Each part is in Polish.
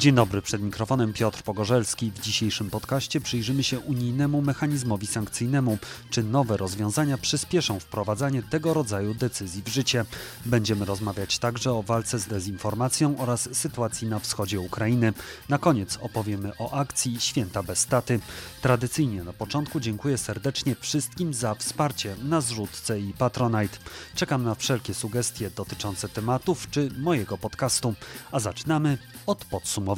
Dzień dobry, przed mikrofonem Piotr Pogorzelski. W dzisiejszym podcaście przyjrzymy się unijnemu mechanizmowi sankcyjnemu. Czy nowe rozwiązania przyspieszą wprowadzanie tego rodzaju decyzji w życie? Będziemy rozmawiać także o walce z dezinformacją oraz sytuacji na wschodzie Ukrainy. Na koniec opowiemy o akcji Święta bez taty. Tradycyjnie na początku dziękuję serdecznie wszystkim za wsparcie na zrzutce i Patronite. Czekam na wszelkie sugestie dotyczące tematów czy mojego podcastu. A zaczynamy od podsumowania.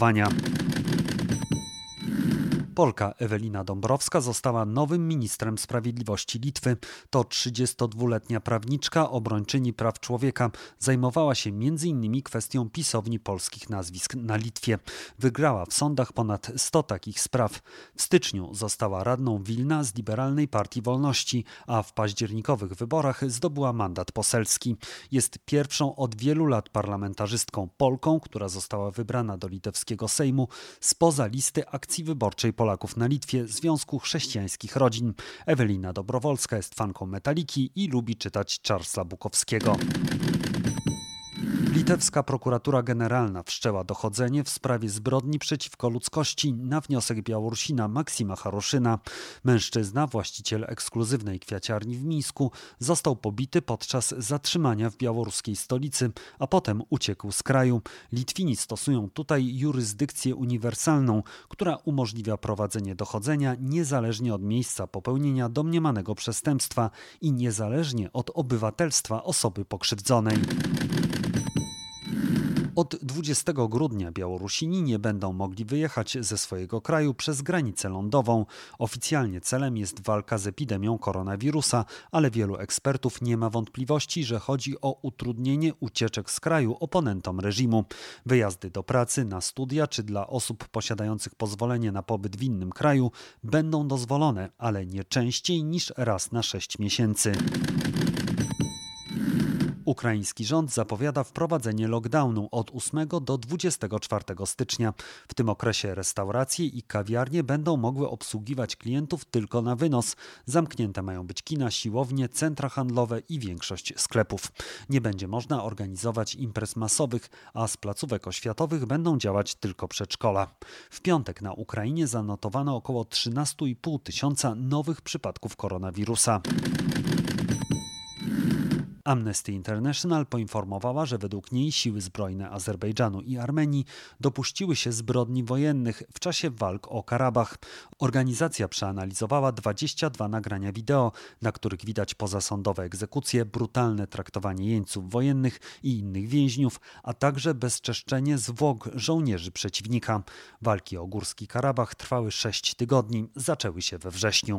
Polka Ewelina Dąbrowska została nowym ministrem sprawiedliwości Litwy. To 32-letnia prawniczka, obrończyni praw człowieka. Zajmowała się m.in. kwestią pisowni polskich nazwisk na Litwie. Wygrała w sądach ponad 100 takich spraw. W styczniu została radną Wilna z Liberalnej Partii Wolności, a w październikowych wyborach zdobyła mandat poselski. Jest pierwszą od wielu lat parlamentarzystką Polką, która została wybrana do litewskiego Sejmu spoza listy akcji wyborczej Polaków na Litwie Związku Chrześcijańskich Rodzin. Ewelina Dobrowolska jest fanką Metaliki i lubi czytać Charlesa Bukowskiego. Litewska prokuratura generalna wszczęła dochodzenie w sprawie zbrodni przeciwko ludzkości na wniosek Białorusina Maksima Haroszyna. Mężczyzna, właściciel ekskluzywnej kwiaciarni w Mińsku, został pobity podczas zatrzymania w białoruskiej stolicy, a potem uciekł z kraju. Litwini stosują tutaj jurysdykcję uniwersalną, która umożliwia prowadzenie dochodzenia niezależnie od miejsca popełnienia domniemanego przestępstwa i niezależnie od obywatelstwa osoby pokrzywdzonej. Od 20 grudnia Białorusini nie będą mogli wyjechać ze swojego kraju przez granicę lądową. Oficjalnie celem jest walka z epidemią koronawirusa, ale wielu ekspertów nie ma wątpliwości, że chodzi o utrudnienie ucieczek z kraju oponentom reżimu. Wyjazdy do pracy, na studia czy dla osób posiadających pozwolenie na pobyt w innym kraju będą dozwolone, ale nie częściej niż raz na 6 miesięcy. Ukraiński rząd zapowiada wprowadzenie lockdownu od 8 do 24 stycznia. W tym okresie restauracje i kawiarnie będą mogły obsługiwać klientów tylko na wynos. Zamknięte mają być kina, siłownie, centra handlowe i większość sklepów. Nie będzie można organizować imprez masowych, a z placówek oświatowych będą działać tylko przedszkola. W piątek na Ukrainie zanotowano około 13,5 tysiąca nowych przypadków koronawirusa. Amnesty International poinformowała, że według niej siły zbrojne Azerbejdżanu i Armenii dopuściły się zbrodni wojennych w czasie walk o Karabach. Organizacja przeanalizowała 22 nagrania wideo, na których widać pozasądowe egzekucje, brutalne traktowanie jeńców wojennych i innych więźniów, a także bezczeszczenie zwłok żołnierzy przeciwnika. Walki o Górski Karabach trwały 6 tygodni, zaczęły się we wrześniu.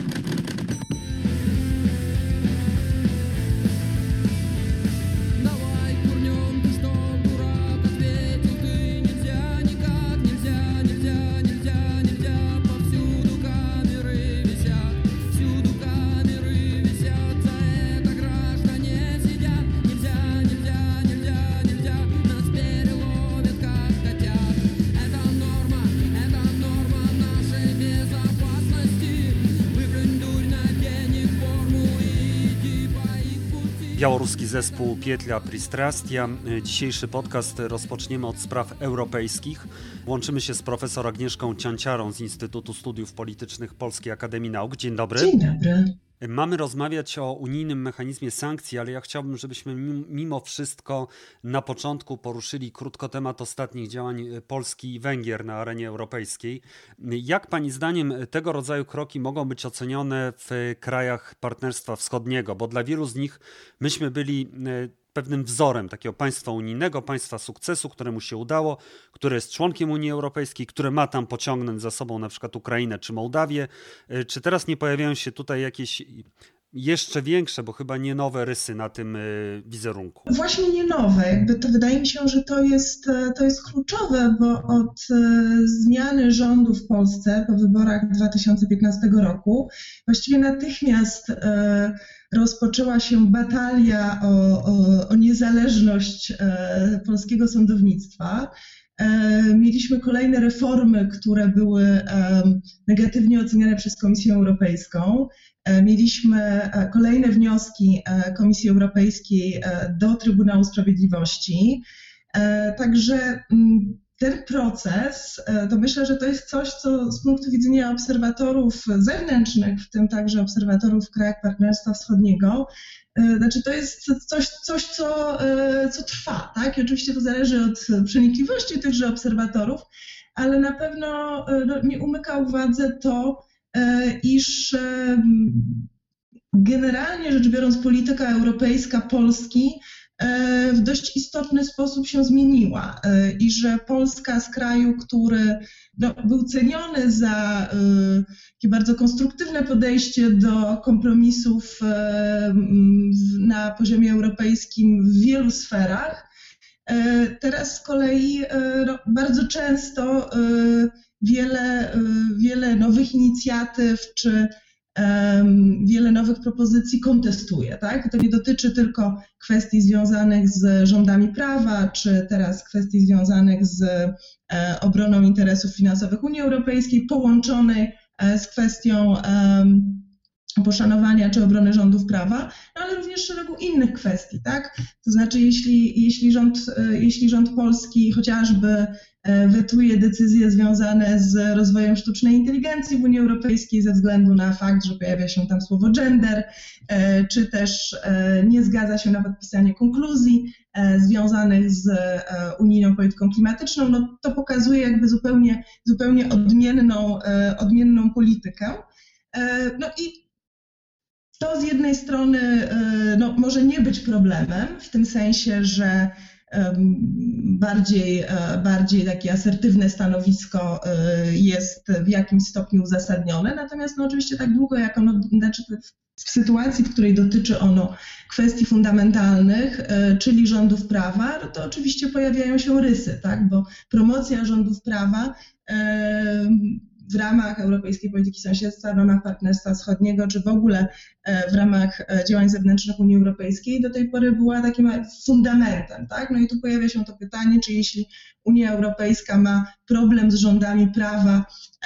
Białoruski zespół Pietla Pristrastia. Dzisiejszy podcast rozpoczniemy od spraw europejskich. Łączymy się z profesor Agnieszką Cianciarą z Instytutu Studiów Politycznych Polskiej Akademii Nauk. Dzień dobry. Dzień dobry. Mamy rozmawiać o unijnym mechanizmie sankcji, ale ja chciałbym, żebyśmy mimo wszystko na początku poruszyli krótko temat ostatnich działań Polski i Węgier na arenie europejskiej. Jak pani zdaniem tego rodzaju kroki mogą być ocenione w krajach Partnerstwa Wschodniego? Bo dla wielu z nich myśmy byli pewnym wzorem takiego państwa unijnego, państwa sukcesu, któremu się udało, które jest członkiem Unii Europejskiej, które ma tam pociągnąć za sobą na przykład Ukrainę czy Mołdawię. Czy teraz nie pojawiają się tutaj jakieś jeszcze większe, bo chyba nie nowe rysy na tym wizerunku? Właśnie nie nowe. To wydaje mi się, że to jest kluczowe, bo od zmiany rządu w Polsce po wyborach 2015 roku właściwie natychmiast rozpoczęła się batalia o niezależność polskiego sądownictwa. Mieliśmy kolejne reformy, które były negatywnie oceniane przez Komisję Europejską. Mieliśmy kolejne wnioski Komisji Europejskiej do Trybunału Sprawiedliwości. Także ten proces, to myślę, że to jest coś, co z punktu widzenia obserwatorów zewnętrznych, w tym także obserwatorów w krajach Partnerstwa Wschodniego, znaczy to jest coś co trwa, tak? I oczywiście to zależy od przenikliwości tychże obserwatorów, ale na pewno nie umyka uwadze to, iż generalnie rzecz biorąc polityka europejska Polski w dość istotny sposób się zmieniła i że Polska z kraju, który był ceniony za takie bardzo konstruktywne podejście do kompromisów na poziomie europejskim w wielu sferach, teraz z kolei bardzo często wiele nowych inicjatyw czy wiele nowych propozycji kontestuje. Tak? To nie dotyczy tylko kwestii związanych z rządami prawa, czy teraz kwestii związanych z obroną interesów finansowych Unii Europejskiej, połączonej z kwestią poszanowania czy obrony rządów prawa, ale również szeregu innych kwestii. Tak? To znaczy, jeśli rząd polski chociażby wetuje decyzje związane z rozwojem sztucznej inteligencji w Unii Europejskiej ze względu na fakt, że pojawia się tam słowo gender, czy też nie zgadza się na podpisanie konkluzji związanych z unijną polityką klimatyczną, no to pokazuje jakby zupełnie odmienną politykę. No i to z jednej strony może nie być problemem, w tym sensie, że bardziej takie asertywne stanowisko jest w jakimś stopniu uzasadnione, natomiast oczywiście tak długo jak w sytuacji, w której dotyczy ono kwestii fundamentalnych, czyli rządów prawa, to oczywiście pojawiają się rysy, tak? Bo promocja rządów prawa w ramach europejskiej polityki sąsiedztwa, w ramach Partnerstwa Wschodniego, czy w ogóle w ramach działań zewnętrznych Unii Europejskiej do tej pory była takim fundamentem. Tak? No i tu pojawia się to pytanie, czy jeśli Unia Europejska ma problem z rządami prawa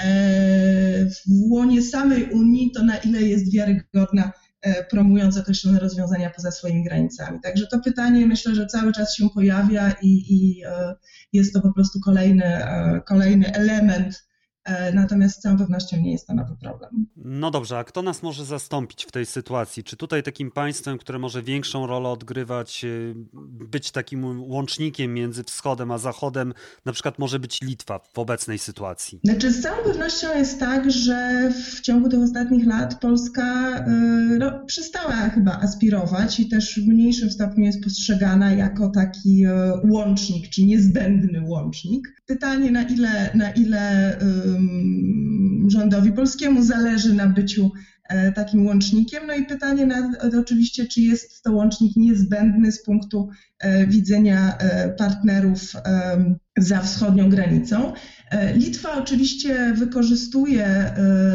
w łonie samej Unii, to na ile jest wiarygodna, promując określone rozwiązania poza swoimi granicami. Także to pytanie myślę, że cały czas się pojawia i jest to po prostu kolejny element. Natomiast z całą pewnością nie jest to nowy problem. No dobrze, a kto nas może zastąpić w tej sytuacji? Czy tutaj takim państwem, które może większą rolę odgrywać, być takim łącznikiem między wschodem a zachodem, na przykład może być Litwa w obecnej sytuacji? Znaczy z całą pewnością jest tak, że w ciągu tych ostatnich lat Polska przestała chyba aspirować i też w mniejszym stopniu jest postrzegana jako taki łącznik, czy niezbędny łącznik. Pytanie, na ile rządowi polskiemu zależy na byciu takim łącznikiem. No i pytanie oczywiście, czy jest to łącznik niezbędny z punktu widzenia partnerów za wschodnią granicą. Litwa oczywiście wykorzystuje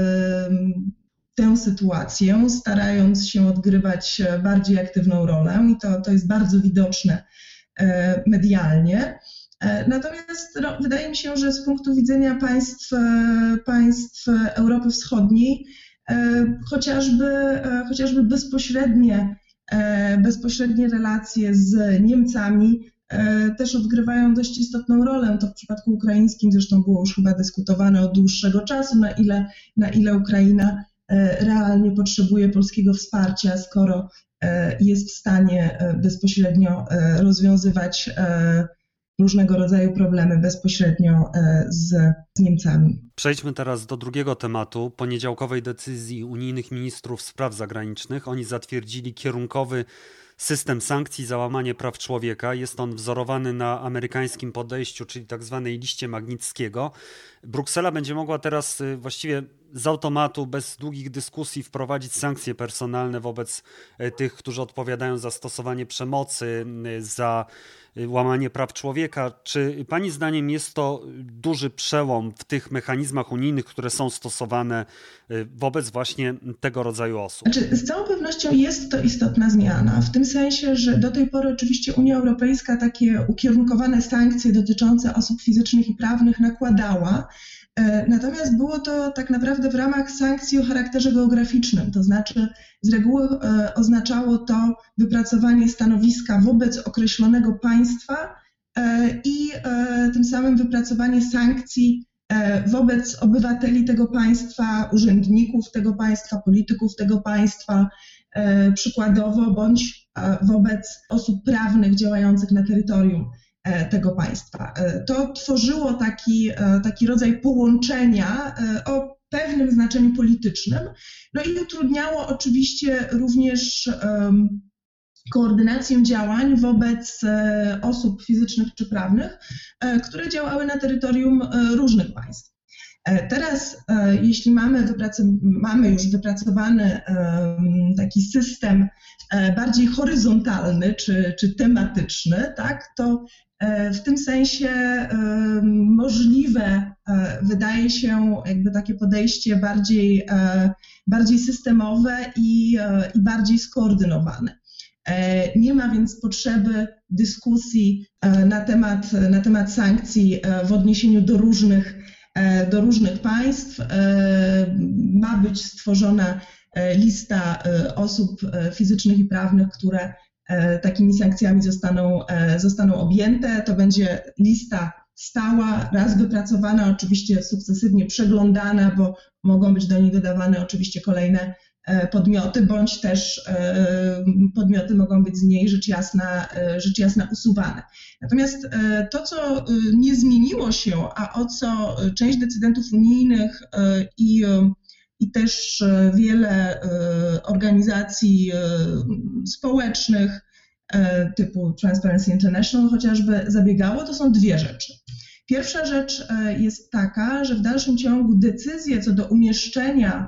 tę sytuację, starając się odgrywać bardziej aktywną rolę i to jest bardzo widoczne medialnie. Natomiast wydaje mi się, że z punktu widzenia państw Europy Wschodniej chociażby bezpośrednie relacje z Niemcami też odgrywają dość istotną rolę. To w przypadku ukraińskim zresztą było już chyba dyskutowane od dłuższego czasu, na ile Ukraina realnie potrzebuje polskiego wsparcia, skoro jest w stanie bezpośrednio rozwiązywać różnego rodzaju problemy bezpośrednio z Niemcami. Przejdźmy teraz do drugiego tematu, poniedziałkowej decyzji unijnych ministrów spraw zagranicznych. Oni zatwierdzili kierunkowy system sankcji za łamanie praw człowieka. Jest on wzorowany na amerykańskim podejściu, czyli tak zwanej liście Magnickiego. Bruksela będzie mogła teraz właściwie z automatu, bez długich dyskusji wprowadzić sankcje personalne wobec tych, którzy odpowiadają za stosowanie przemocy, za łamanie praw człowieka. Czy pani zdaniem jest to duży przełom w tych mechanizmach unijnych, które są stosowane wobec właśnie tego rodzaju osób? Znaczy, z całą pewnością jest to istotna zmiana, w tym sensie, że do tej pory oczywiście Unia Europejska takie ukierunkowane sankcje dotyczące osób fizycznych i prawnych nakładała, natomiast było to tak naprawdę w ramach sankcji o charakterze geograficznym, to znaczy z reguły oznaczało to wypracowanie stanowiska wobec określonego państwa i tym samym wypracowanie sankcji wobec obywateli tego państwa, urzędników tego państwa, polityków tego państwa, przykładowo, bądź wobec osób prawnych działających na terytorium tego państwa. To tworzyło taki rodzaj połączenia o pewnym znaczeniu politycznym, no i utrudniało oczywiście również koordynację działań wobec osób fizycznych czy prawnych, które działały na terytorium różnych państw. Teraz, jeśli mamy już wypracowany taki system bardziej horyzontalny czy tematyczny, tak, to w tym sensie możliwe wydaje się jakby takie podejście bardziej systemowe i bardziej skoordynowane. Nie ma więc potrzeby dyskusji na temat sankcji w odniesieniu do różnych państw. Ma być stworzona lista osób fizycznych i prawnych, które takimi sankcjami zostaną objęte. To będzie lista stała, raz wypracowana, oczywiście sukcesywnie przeglądana, bo mogą być do niej dodawane oczywiście kolejne podmioty, bądź też podmioty mogą być z niej rzecz jasna usuwane. Natomiast to, co nie zmieniło się, a o co część decydentów unijnych i też wiele organizacji społecznych typu Transparency International chociażby zabiegało, to są dwie rzeczy. Pierwsza rzecz jest taka, że w dalszym ciągu decyzje co do umieszczenia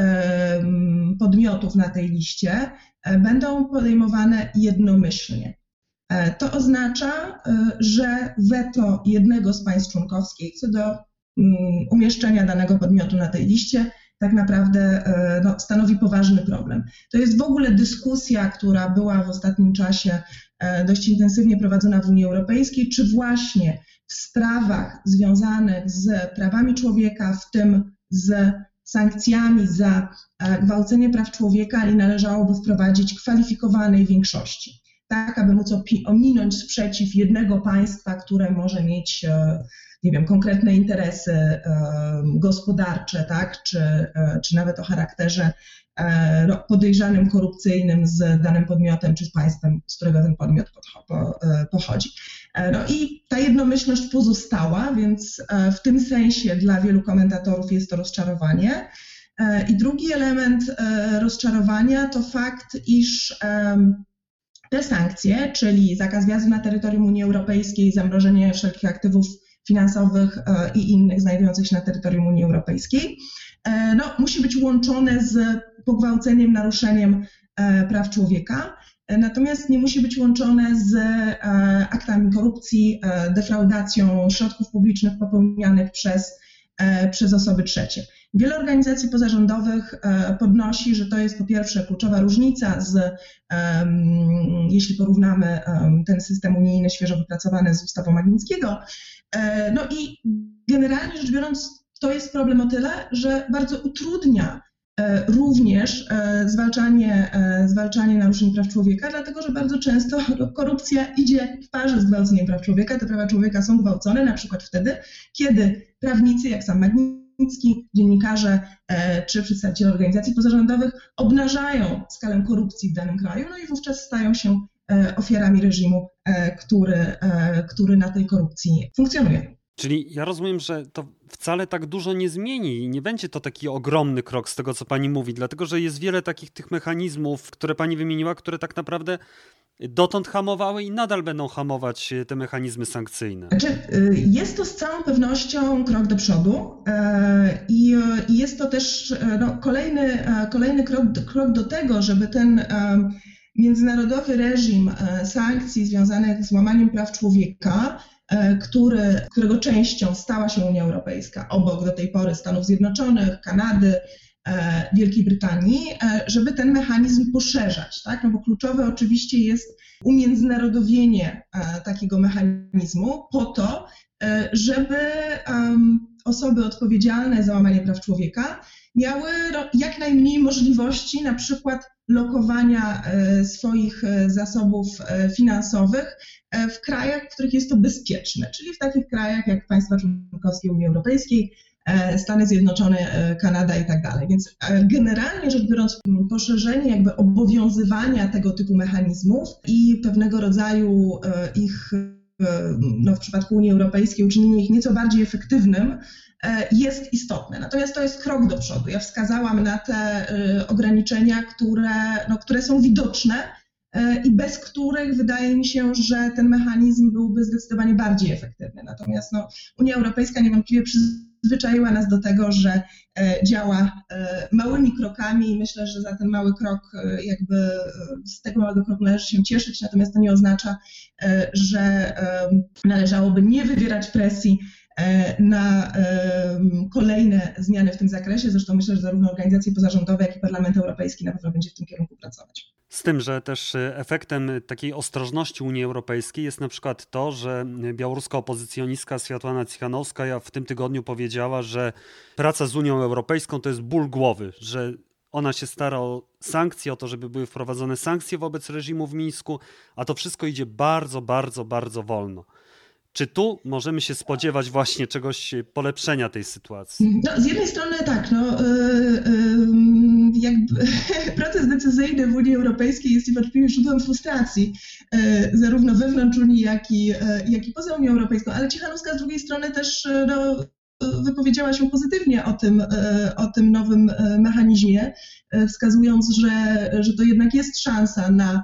podmiotów na tej liście będą podejmowane jednomyślnie. To oznacza, że weto jednego z państw członkowskich co do umieszczenia danego podmiotu na tej liście tak naprawdę stanowi poważny problem. To jest w ogóle dyskusja, która była w ostatnim czasie dość intensywnie prowadzona w Unii Europejskiej, czy właśnie w sprawach związanych z prawami człowieka, w tym z sankcjami za gwałcenie praw człowieka, nie należałoby wprowadzić kwalifikowanej większości, tak aby móc ominąć sprzeciw jednego państwa, które może mieć, nie wiem, konkretne interesy gospodarcze, tak, czy nawet o charakterze podejrzanym korupcyjnym z danym podmiotem, czy z państwem, z którego ten podmiot pochodzi. No i ta jednomyślność pozostała, więc w tym sensie dla wielu komentatorów jest to rozczarowanie. I drugi element rozczarowania to fakt, iż te sankcje, czyli zakaz wjazdu na terytorium Unii Europejskiej, zamrożenie wszelkich aktywów finansowych i innych znajdujących się na terytorium Unii Europejskiej, musi być łączone z pogwałceniem, naruszeniem praw człowieka, natomiast nie musi być łączone z aktami korupcji, defraudacją środków publicznych popełnianych przez osoby trzecie. Wiele organizacji pozarządowych podnosi, że to jest po pierwsze kluczowa różnica jeśli porównamy ten system unijny świeżo wypracowany z ustawą Magnickiego. No i generalnie rzecz biorąc, to jest problem o tyle, że bardzo utrudnia również zwalczanie naruszeń praw człowieka, dlatego że bardzo często korupcja idzie w parze z gwałceniem praw człowieka. Te prawa człowieka są gwałcone na przykład wtedy, kiedy prawnicy, jak sam Magnicki, dziennikarze czy przedstawiciele organizacji pozarządowych obnażają skalę korupcji w danym kraju, no i wówczas stają się ofiarami reżimu, który na tej korupcji funkcjonuje. Czyli ja rozumiem, że to wcale tak dużo nie zmieni i nie będzie to taki ogromny krok z tego, co pani mówi, dlatego że jest wiele takich tych mechanizmów, które pani wymieniła, które tak naprawdę dotąd hamowały i nadal będą hamować te mechanizmy sankcyjne. Jest to z całą pewnością krok do przodu i jest to też kolejny krok do tego, żeby ten międzynarodowy reżim sankcji związanych z łamaniem praw człowieka, którego częścią stała się Unia Europejska, obok do tej pory Stanów Zjednoczonych, Kanady, Wielkiej Brytanii, żeby ten mechanizm poszerzać, tak? No bo kluczowe oczywiście jest umiędzynarodowienie takiego mechanizmu po to, żeby osoby odpowiedzialne za łamanie praw człowieka miały jak najmniej możliwości na przykład lokowania swoich zasobów finansowych w krajach, w których jest to bezpieczne, czyli w takich krajach jak państwa członkowskie Unii Europejskiej, Stany Zjednoczone, Kanada i tak dalej. Więc generalnie rzecz biorąc, poszerzenie jakby obowiązywania tego typu mechanizmów i pewnego rodzaju ich, w przypadku Unii Europejskiej, uczynienie ich nieco bardziej efektywnym jest istotne. Natomiast to jest krok do przodu. Ja wskazałam na te ograniczenia, które są widoczne i bez których wydaje mi się, że ten mechanizm byłby zdecydowanie bardziej efektywny. Natomiast Unia Europejska niewątpliwie przyzwyczaiła nas do tego, że działa małymi krokami i myślę, że za ten mały krok jakby z tego małego kroku należy się cieszyć, natomiast to nie oznacza, że należałoby nie wywierać presji na kolejne zmiany w tym zakresie. Zresztą myślę, że zarówno organizacje pozarządowe, jak i Parlament Europejski na pewno będzie w tym kierunku pracować. Z tym, że też efektem takiej ostrożności Unii Europejskiej jest na przykład to, że białoruska opozycjonistka Światłana Cichanouskaja w tym tygodniu powiedziała, że praca z Unią Europejską to jest ból głowy, że ona się stara o sankcje, o to, żeby były wprowadzone sankcje wobec reżimu w Mińsku, a to wszystko idzie bardzo, bardzo, bardzo wolno. Czy tu możemy się spodziewać właśnie czegoś, polepszenia tej sytuacji? Z jednej strony tak, jakby proces decyzyjny w Unii Europejskiej jest niewątpliwie źródłem frustracji, zarówno wewnątrz Unii, jak i poza Unią Europejską, ale Cichanouska z drugiej strony też wypowiedziała się pozytywnie o tym nowym mechanizmie, wskazując, że to jednak jest szansa na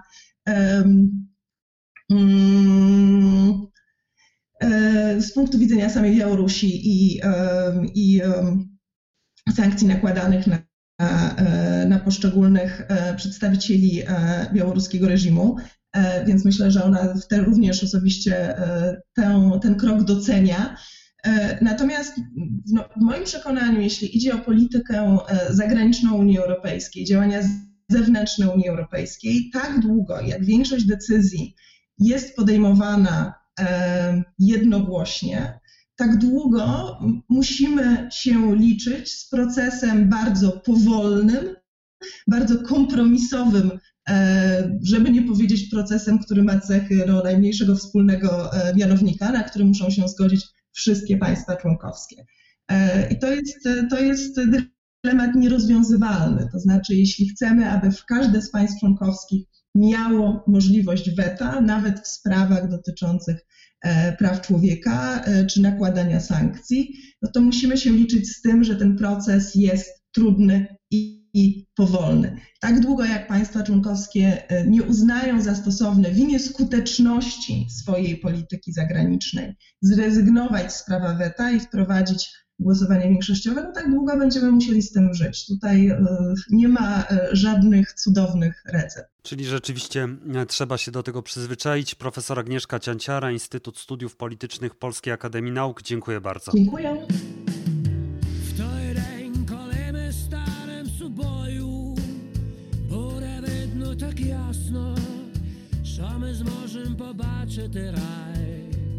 z punktu widzenia samej Białorusi i sankcji nakładanych na poszczególnych przedstawicieli białoruskiego reżimu, więc myślę, że ona również osobiście ten krok docenia. Natomiast w moim przekonaniu, jeśli idzie o politykę zagraniczną Unii Europejskiej, działania zewnętrzne Unii Europejskiej, tak długo jak większość decyzji jest podejmowana jednogłośnie, tak długo musimy się liczyć z procesem bardzo powolnym, bardzo kompromisowym, żeby nie powiedzieć procesem, który ma cechy najmniejszego wspólnego mianownika, na który muszą się zgodzić wszystkie państwa członkowskie. I to jest dylemat nierozwiązywalny. To znaczy, jeśli chcemy, aby każde z państw członkowskich miało możliwość weta, nawet w sprawach dotyczących praw człowieka czy nakładania sankcji, to musimy się liczyć z tym, że ten proces jest trudny i powolny. Tak długo jak państwa członkowskie nie uznają za stosowne w imię skuteczności swojej polityki zagranicznej zrezygnować z prawa weta i wprowadzić głosowanie większościowe, tak długo będziemy musieli z tym żyć. Tutaj nie ma żadnych cudownych recept. Czyli rzeczywiście trzeba się do tego przyzwyczaić. Profesor Agnieszka Cianciara, Instytut Studiów Politycznych Polskiej Akademii Nauk. Dziękuję bardzo. Dziękuję. W той день, коли ми станем собою, буде видно так ясно, що ми зможемо побачити рай.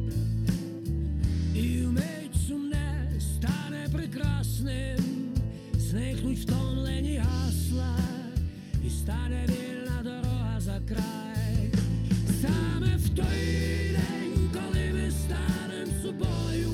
І вмить сумне стане прекрасним, зникнуть втомлені гасла, і стане вільна дорога за край. Саме в той день, коли ми станем собою,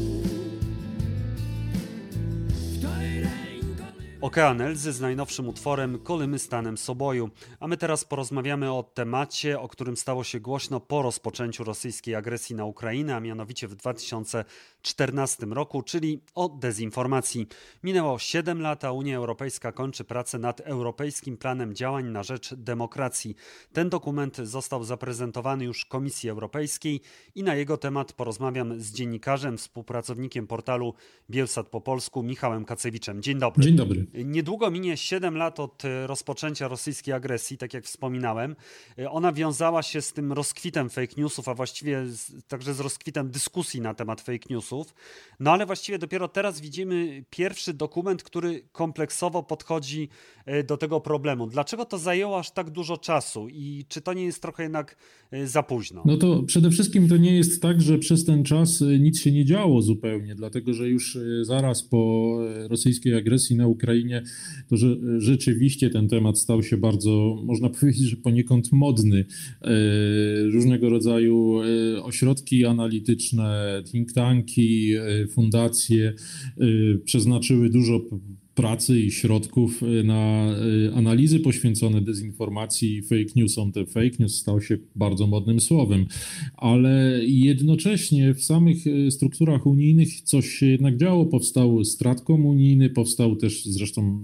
w той день, коли... Okean Elzy z najnowszym utworem Kolymy stanem soboju. A my teraz porozmawiamy o temacie, o którym stało się głośno po rozpoczęciu rosyjskiej agresji na Ukrainę, a mianowicie w 2014 roku, czyli o dezinformacji. Minęło 7 lat, a Unia Europejska kończy pracę nad Europejskim Planem Działań na rzecz Demokracji. Ten dokument został zaprezentowany już Komisji Europejskiej i na jego temat porozmawiam z dziennikarzem, współpracownikiem portalu Bielsat po polsku, Michałem Kacewiczem. Dzień dobry. Dzień dobry. Niedługo minie 7 lat od rozpoczęcia rosyjskiej agresji, tak jak wspominałem. Ona wiązała się z tym rozkwitem fake newsów, a właściwie także z rozkwitem dyskusji na temat fake newsów. No ale właściwie dopiero teraz widzimy pierwszy dokument, który kompleksowo podchodzi do tego problemu. Dlaczego to zajęło aż tak dużo czasu i czy to nie jest trochę jednak za późno? No to przede wszystkim to nie jest tak, że przez ten czas nic się nie działo zupełnie, dlatego że już zaraz po rosyjskiej agresji na Ukrainie to że rzeczywiście ten temat stał się bardzo, można powiedzieć, że poniekąd modny. Różnego rodzaju ośrodki analityczne, think tanki, fundacje przeznaczyły dużo pracy i środków na analizy poświęcone dezinformacji i fake newsom. Ten fake news stał się bardzo modnym słowem, ale jednocześnie w samych strukturach unijnych coś się jednak działo. Powstał Stratcom unijny, powstał też zresztą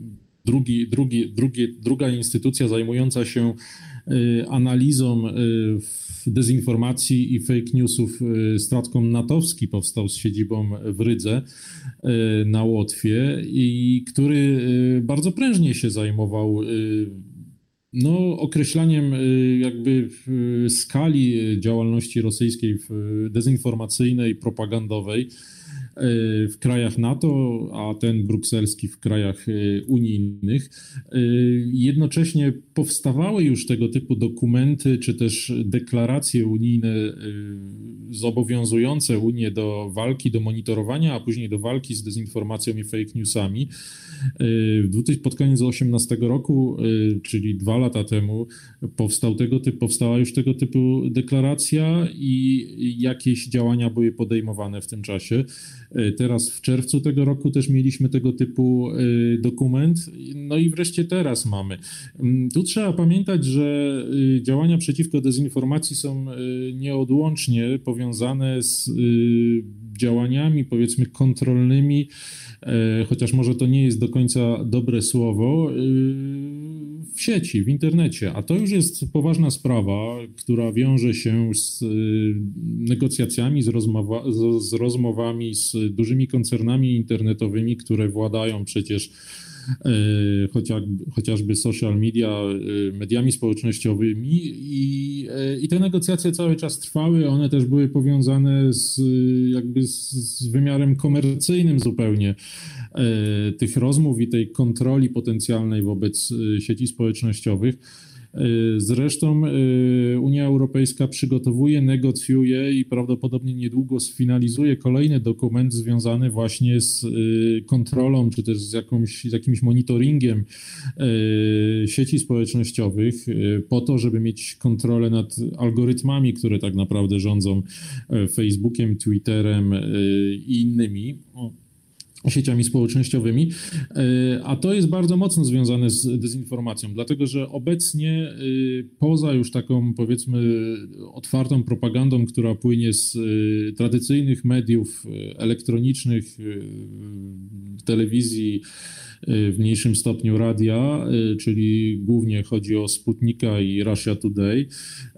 druga instytucja zajmująca się analizą dezinformacji i fake newsów. Stratcom natowski powstał z siedzibą w Rydze na Łotwie i który bardzo prężnie się zajmował określaniem jakby skali działalności rosyjskiej dezinformacyjnej, propagandowej w krajach NATO, a ten brukselski w krajach unijnych. Jednocześnie powstawały już tego typu dokumenty, czy też deklaracje unijne zobowiązujące Unię do walki, do monitorowania, a później do walki z dezinformacją i fake newsami. Pod koniec 2018 roku, czyli 2 lata temu, powstała już tego typu deklaracja i jakieś działania były podejmowane w tym czasie. Teraz w czerwcu tego roku też mieliśmy tego typu dokument. No i wreszcie teraz mamy. Tu trzeba pamiętać, że działania przeciwko dezinformacji są nieodłącznie powiązane z działaniami, powiedzmy, kontrolnymi, chociaż może to nie jest do końca dobre słowo, w sieci, w internecie. A to już jest poważna sprawa, która wiąże się z negocjacjami, z rozmowami z dużymi koncernami internetowymi, które władają przecież chociażby social media, mediami społecznościowymi i te negocjacje cały czas trwały. One też były powiązane z wymiarem komercyjnym zupełnie tych rozmów i tej kontroli potencjalnej wobec sieci społecznościowych. Zresztą Unia Europejska przygotowuje, negocjuje i prawdopodobnie niedługo sfinalizuje kolejny dokument związany właśnie z kontrolą, czy też z jakimś monitoringiem sieci społecznościowych po to, żeby mieć kontrolę nad algorytmami, które tak naprawdę rządzą Facebookiem, Twitterem i innymi sieciami społecznościowymi, a to jest bardzo mocno związane z dezinformacją, dlatego że obecnie poza już taką, powiedzmy, otwartą propagandą, która płynie z tradycyjnych mediów elektronicznych, telewizji, w mniejszym stopniu radia, czyli głównie chodzi o Sputnika i Russia Today,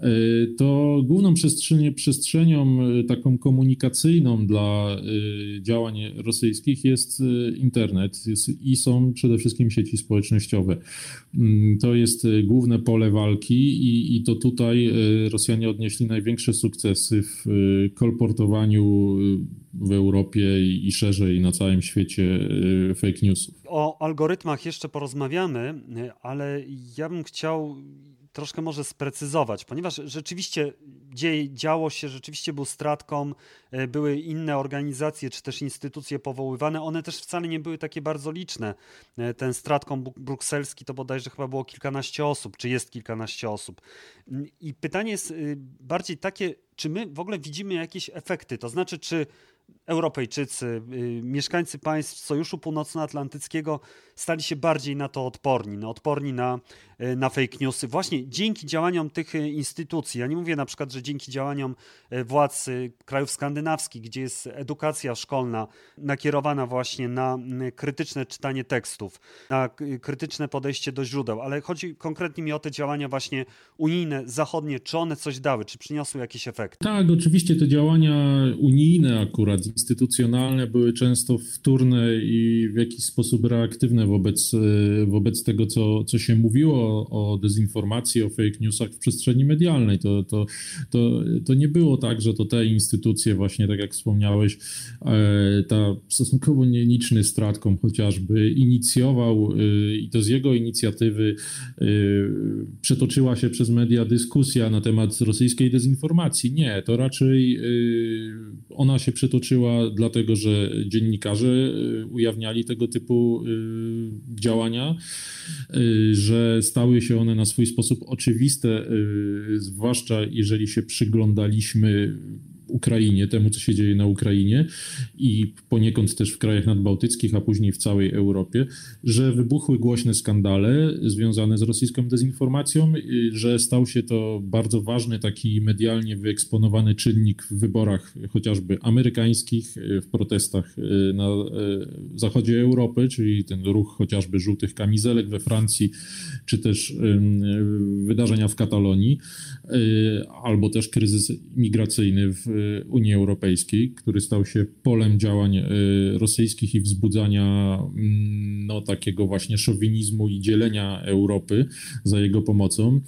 to główną przestrzenią taką komunikacyjną dla działań rosyjskich jest internet i są przede wszystkim sieci społecznościowe. To jest główne pole walki i to tutaj Rosjanie odnieśli największe sukcesy w kolportowaniu w Europie i szerzej na całym świecie fake newsów. O algorytmach jeszcze porozmawiamy, ale ja bym chciał troszkę może sprecyzować, ponieważ rzeczywiście działo się, rzeczywiście był Stratcom, były inne organizacje czy też instytucje powoływane, one też wcale nie były takie bardzo liczne. Ten Stratcom brukselski to bodajże chyba było kilkanaście osób, czy jest kilkanaście osób. I pytanie jest bardziej takie, czy my w ogóle widzimy jakieś efekty, to znaczy czy Europejczycy, mieszkańcy państw Sojuszu Północnoatlantyckiego stali się bardziej na to odporni na fake newsy właśnie dzięki działaniom tych instytucji. Ja nie mówię na przykład, że dzięki działaniom władz krajów skandynawskich, gdzie jest edukacja szkolna nakierowana właśnie na krytyczne czytanie tekstów, na krytyczne podejście do źródeł, ale chodzi konkretnie mi o te działania właśnie unijne, zachodnie, czy one coś dały, czy przyniosły jakieś efekty? Tak, oczywiście te działania unijne akurat aparat instytucjonalne były często wtórne i w jakiś sposób reaktywne wobec tego, co się mówiło o dezinformacji, o fake newsach w przestrzeni medialnej. To nie było tak, że to te instytucje właśnie, tak jak wspomniałeś, ta stosunkowo nieliczny Stratcom chociażby inicjował i to z jego inicjatywy przetoczyła się przez media dyskusja na temat rosyjskiej dezinformacji. Nie, to raczej ona się przetoczyła dlatego, że dziennikarze ujawniali tego typu działania, że stały się one na swój sposób oczywiste, zwłaszcza jeżeli się przyglądaliśmy Ukrainie, temu, co się dzieje na Ukrainie i poniekąd też w krajach nadbałtyckich, a później w całej Europie, że wybuchły głośne skandale związane z rosyjską dezinformacją, że stał się to bardzo ważny, taki medialnie wyeksponowany czynnik w wyborach chociażby amerykańskich, w protestach na zachodzie Europy, czyli ten ruch chociażby żółtych kamizelek we Francji, czy też wydarzenia w Katalonii, albo też kryzys migracyjny w Unii Europejskiej, który stał się polem działań rosyjskich i wzbudzania takiego właśnie szowinizmu i dzielenia Europy za jego pomocą.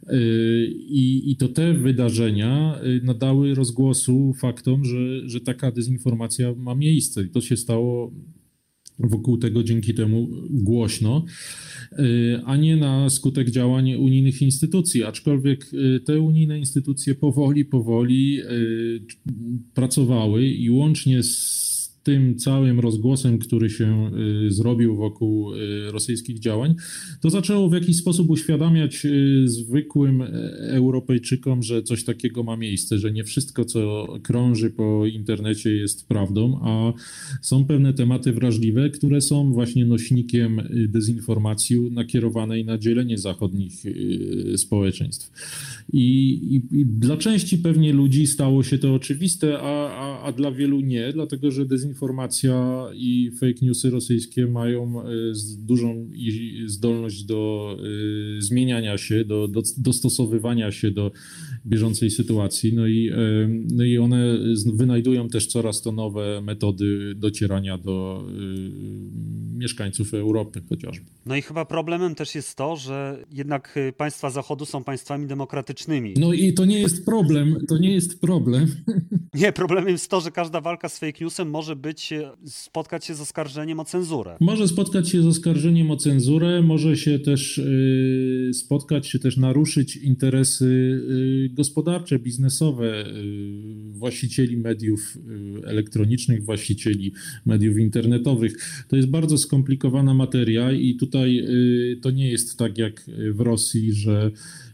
I to te wydarzenia nadały rozgłosu faktom, że taka dezinformacja ma miejsce. I to się stało wokół tego dzięki temu głośno, a nie na skutek działań unijnych instytucji, aczkolwiek te unijne instytucje powoli pracowały i łącznie z tym całym rozgłosem, który się zrobił wokół rosyjskich działań, to zaczęło w jakiś sposób uświadamiać zwykłym Europejczykom, że coś takiego ma miejsce, że nie wszystko, co krąży po internecie jest prawdą, a są pewne tematy wrażliwe, które są właśnie nośnikiem dezinformacji nakierowanej na dzielenie zachodnich społeczeństw. I dla części pewnie ludzi stało się to oczywiste, a dla wielu nie, dlatego że dezinformacja i fake newsy rosyjskie mają dużą zdolność do zmieniania się, do dostosowywania się do bieżącej sytuacji. No i one wynajdują też coraz to nowe metody docierania do mieszkańców Europy chociażby. No i chyba problemem też jest to, że jednak państwa Zachodu są państwami demokratycznymi. No i to nie jest problem. Nie, problemem jest to, że każda walka z fake newsem może spotkać się z oskarżeniem o cenzurę. Może spotkać się z oskarżeniem o cenzurę, może się też spotkać, czy też naruszyć interesy gospodarcze, biznesowe właścicieli mediów elektronicznych, właścicieli mediów internetowych. To jest bardzo skomplikowana materia i tutaj to nie jest tak jak w Rosji, że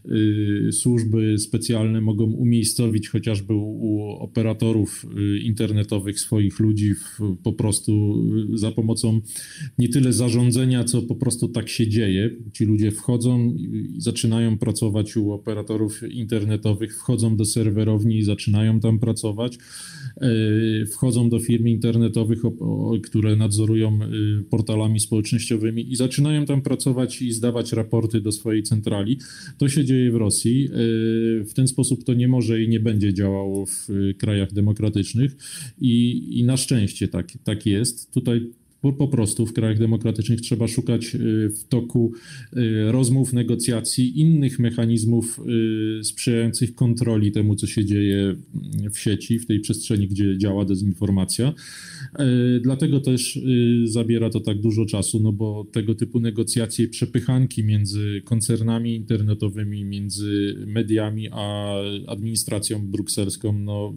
służby specjalne mogą umiejscowić chociażby u operatorów internetowych swoich ludzi po prostu za pomocą nie tyle zarządzenia, co po prostu tak się dzieje. Ci ludzie wchodzą i zaczynają pracować u operatorów internetowych, wchodzą do serwerowni i zaczynają tam pracować, wchodzą do firm internetowych, które nadzorują portalami społecznościowymi i zaczynają tam pracować i zdawać raporty do swojej centrali. To się dzieje w Rosji. W ten sposób to nie może i nie będzie działało w krajach demokratycznych i na szczęście tak jest. Tutaj po prostu w krajach demokratycznych trzeba szukać w toku rozmów, negocjacji innych mechanizmów sprzyjających kontroli temu, co się dzieje w sieci, w tej przestrzeni, gdzie działa dezinformacja. Dlatego też zabiera to tak dużo czasu, no bo tego typu negocjacje i przepychanki między koncernami internetowymi, między mediami a administracją brukselską, no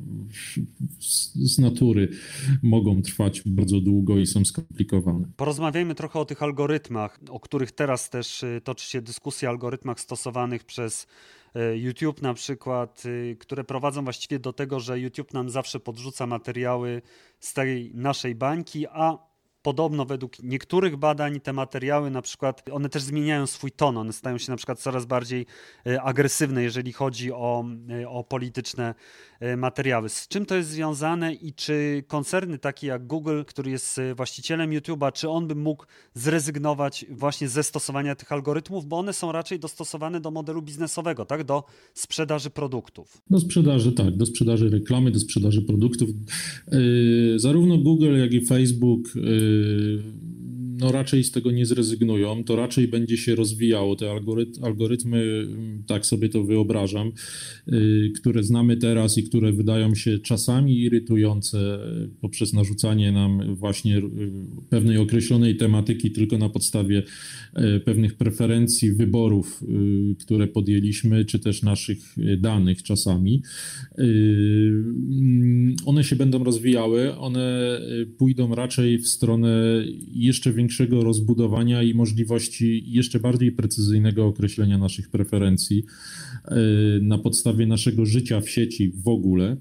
z natury mogą trwać bardzo długo i są skomplikowane. Porozmawiajmy trochę o tych algorytmach, o których teraz też toczy się dyskusja, algorytmach stosowanych przez YouTube na przykład, które prowadzą właściwie do tego, że YouTube nam zawsze podrzuca materiały z tej naszej bańki, a podobno według niektórych badań te materiały na przykład, one też zmieniają swój ton, one stają się na przykład coraz bardziej agresywne, jeżeli chodzi o polityczne materiały. Z czym to jest związane i czy koncerny takie jak Google, który jest właścicielem YouTube'a, czy on by mógł zrezygnować właśnie ze stosowania tych algorytmów, bo one są raczej dostosowane do modelu biznesowego, tak? Do sprzedaży produktów. Do sprzedaży, tak, do sprzedaży reklamy, do sprzedaży produktów. Zarówno Google, jak i Facebook no raczej z tego nie zrezygnują, to raczej będzie się rozwijało. Te algorytmy, tak sobie to wyobrażam, które znamy teraz i które wydają się czasami irytujące poprzez narzucanie nam właśnie pewnej określonej tematyki tylko na podstawie pewnych preferencji, wyborów, które podjęliśmy, czy też naszych danych czasami. One się będą rozwijały, one pójdą raczej w stronę jeszcze większego rozbudowania i możliwości jeszcze bardziej precyzyjnego określenia naszych preferencji na podstawie naszego życia w sieci w ogóle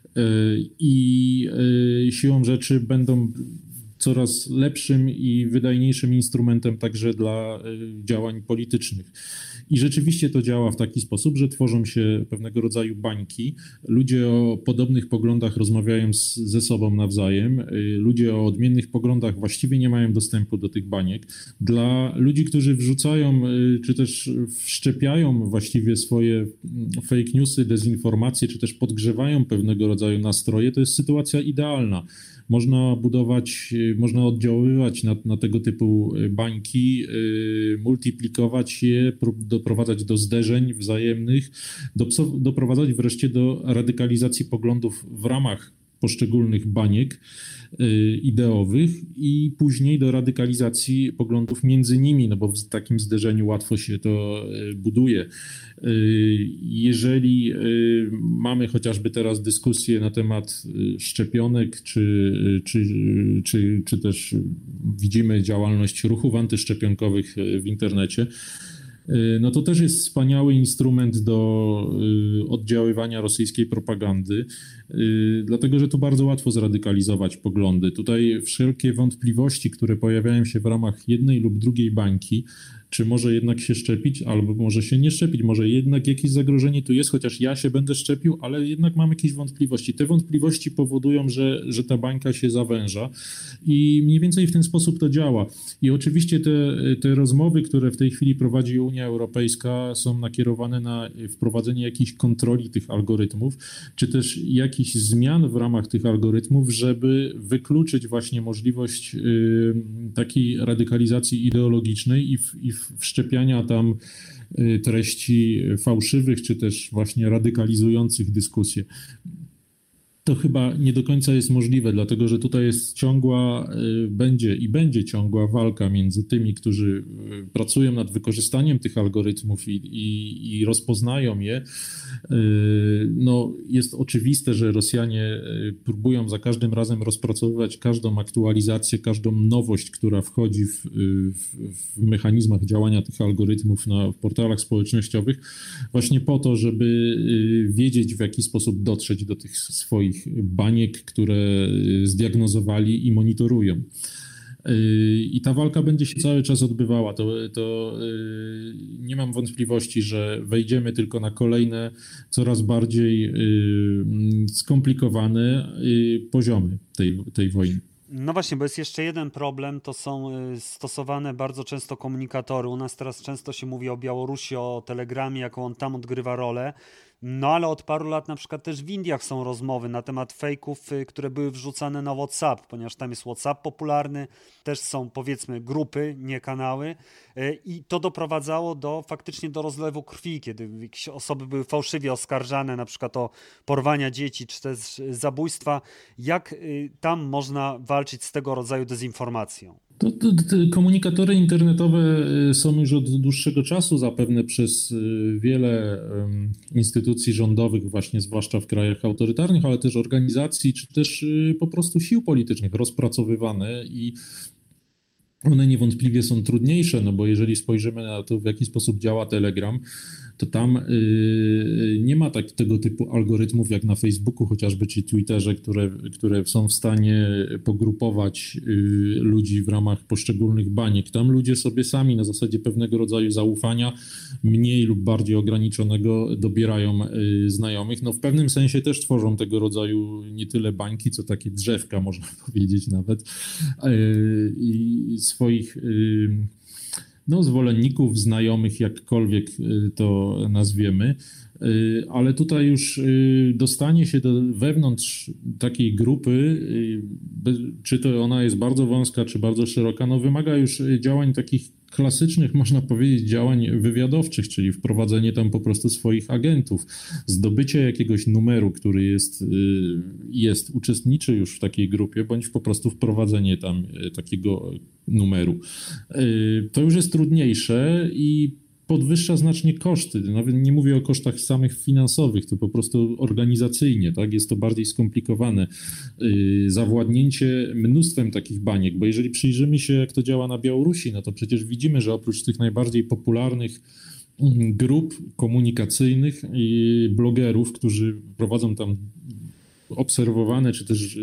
i siłą rzeczy będą coraz lepszym i wydajniejszym instrumentem także dla działań politycznych. I rzeczywiście to działa w taki sposób, że tworzą się pewnego rodzaju bańki. Ludzie o podobnych poglądach rozmawiają ze sobą nawzajem. Ludzie o odmiennych poglądach właściwie nie mają dostępu do tych baniek. Dla ludzi, którzy wrzucają, czy też wszczepiają właściwie swoje fake newsy, dezinformacje, czy też podgrzewają pewnego rodzaju nastroje, to jest sytuacja idealna. Można budować, można oddziaływać na tego typu bańki, multiplikować je, doprowadzać do zderzeń wzajemnych, doprowadzać wreszcie do radykalizacji poglądów w ramach poszczególnych baniek ideowych i później do radykalizacji poglądów między nimi, no bo w takim zderzeniu łatwo się to buduje. Jeżeli mamy chociażby teraz dyskusję na temat szczepionek, czy też widzimy działalność ruchów antyszczepionkowych w internecie, no to też jest wspaniały instrument do oddziaływania rosyjskiej propagandy, dlatego że tu bardzo łatwo zradykalizować poglądy. Tutaj wszelkie wątpliwości, które pojawiają się w ramach jednej lub drugiej bańki, czy może jednak się szczepić, albo może się nie szczepić, może jednak jakieś zagrożenie tu jest, chociaż ja się będę szczepił, ale jednak mam jakieś wątpliwości. Te wątpliwości powodują, że ta bańka się zawęża i mniej więcej w ten sposób to działa. I oczywiście te rozmowy, które w tej chwili prowadzi Unia Europejska, są nakierowane na wprowadzenie jakiejś kontroli tych algorytmów, czy też jakichś zmian w ramach tych algorytmów, żeby wykluczyć właśnie możliwość takiej radykalizacji ideologicznej i wszczepiania tam treści fałszywych, czy też właśnie radykalizujących dyskusję. To chyba nie do końca jest możliwe, dlatego że tutaj jest będzie ciągła walka między tymi, którzy pracują nad wykorzystaniem tych algorytmów i rozpoznają je. No, jest oczywiste, że Rosjanie próbują za każdym razem rozpracowywać każdą aktualizację, każdą nowość, która wchodzi w mechanizmach działania tych algorytmów w portalach społecznościowych, właśnie po to, żeby wiedzieć, w jaki sposób dotrzeć do tych swoich baniek, które zdiagnozowali i monitorują. I ta walka będzie się cały czas odbywała. To nie mam wątpliwości, że wejdziemy tylko na kolejne, coraz bardziej skomplikowane poziomy tej wojny. No właśnie, bo jest jeszcze jeden problem, to są stosowane bardzo często komunikatory. U nas teraz często się mówi o Białorusi, o Telegramie, jaką on tam odgrywa rolę. No ale od paru lat na przykład też w Indiach są rozmowy na temat fejków, które były wrzucane na WhatsApp, ponieważ tam jest WhatsApp popularny, też są powiedzmy grupy, nie kanały i to doprowadzało faktycznie do rozlewu krwi, kiedy jakieś osoby były fałszywie oskarżane na przykład o porwania dzieci czy też zabójstwa. Jak tam można walczyć z tego rodzaju dezinformacją? Komunikatory internetowe są już od dłuższego czasu zapewne przez wiele instytucji rządowych, właśnie zwłaszcza w krajach autorytarnych, ale też organizacji, czy też po prostu sił politycznych rozpracowywane i one niewątpliwie są trudniejsze, no bo jeżeli spojrzymy na to, w jaki sposób działa Telegram, to tam nie ma tego typu algorytmów jak na Facebooku chociażby, czy Twitterze, które są w stanie pogrupować ludzi w ramach poszczególnych baniek. Tam ludzie sobie sami na zasadzie pewnego rodzaju zaufania, mniej lub bardziej ograniczonego, dobierają znajomych. No w pewnym sensie też tworzą tego rodzaju nie tyle bańki, co takie drzewka, można powiedzieć nawet, i swoich zwolenników, znajomych, jakkolwiek to nazwiemy, ale tutaj już dostanie się wewnątrz takiej grupy, czy to ona jest bardzo wąska, czy bardzo szeroka, no wymaga już działań takich klasycznych, można powiedzieć, działań wywiadowczych, czyli wprowadzenie tam po prostu swoich agentów, zdobycie jakiegoś numeru, który uczestniczy już w takiej grupie, bądź po prostu wprowadzenie tam takiego numeru. To już jest trudniejsze i podwyższa znacznie koszty. Nawet nie mówię o kosztach samych finansowych, to po prostu organizacyjnie, tak? Jest to bardziej skomplikowane. Zawładnięcie mnóstwem takich baniek, bo jeżeli przyjrzymy się, jak to działa na Białorusi, no to przecież widzimy, że oprócz tych najbardziej popularnych grup komunikacyjnych i blogerów, którzy prowadzą tam obserwowane, czy też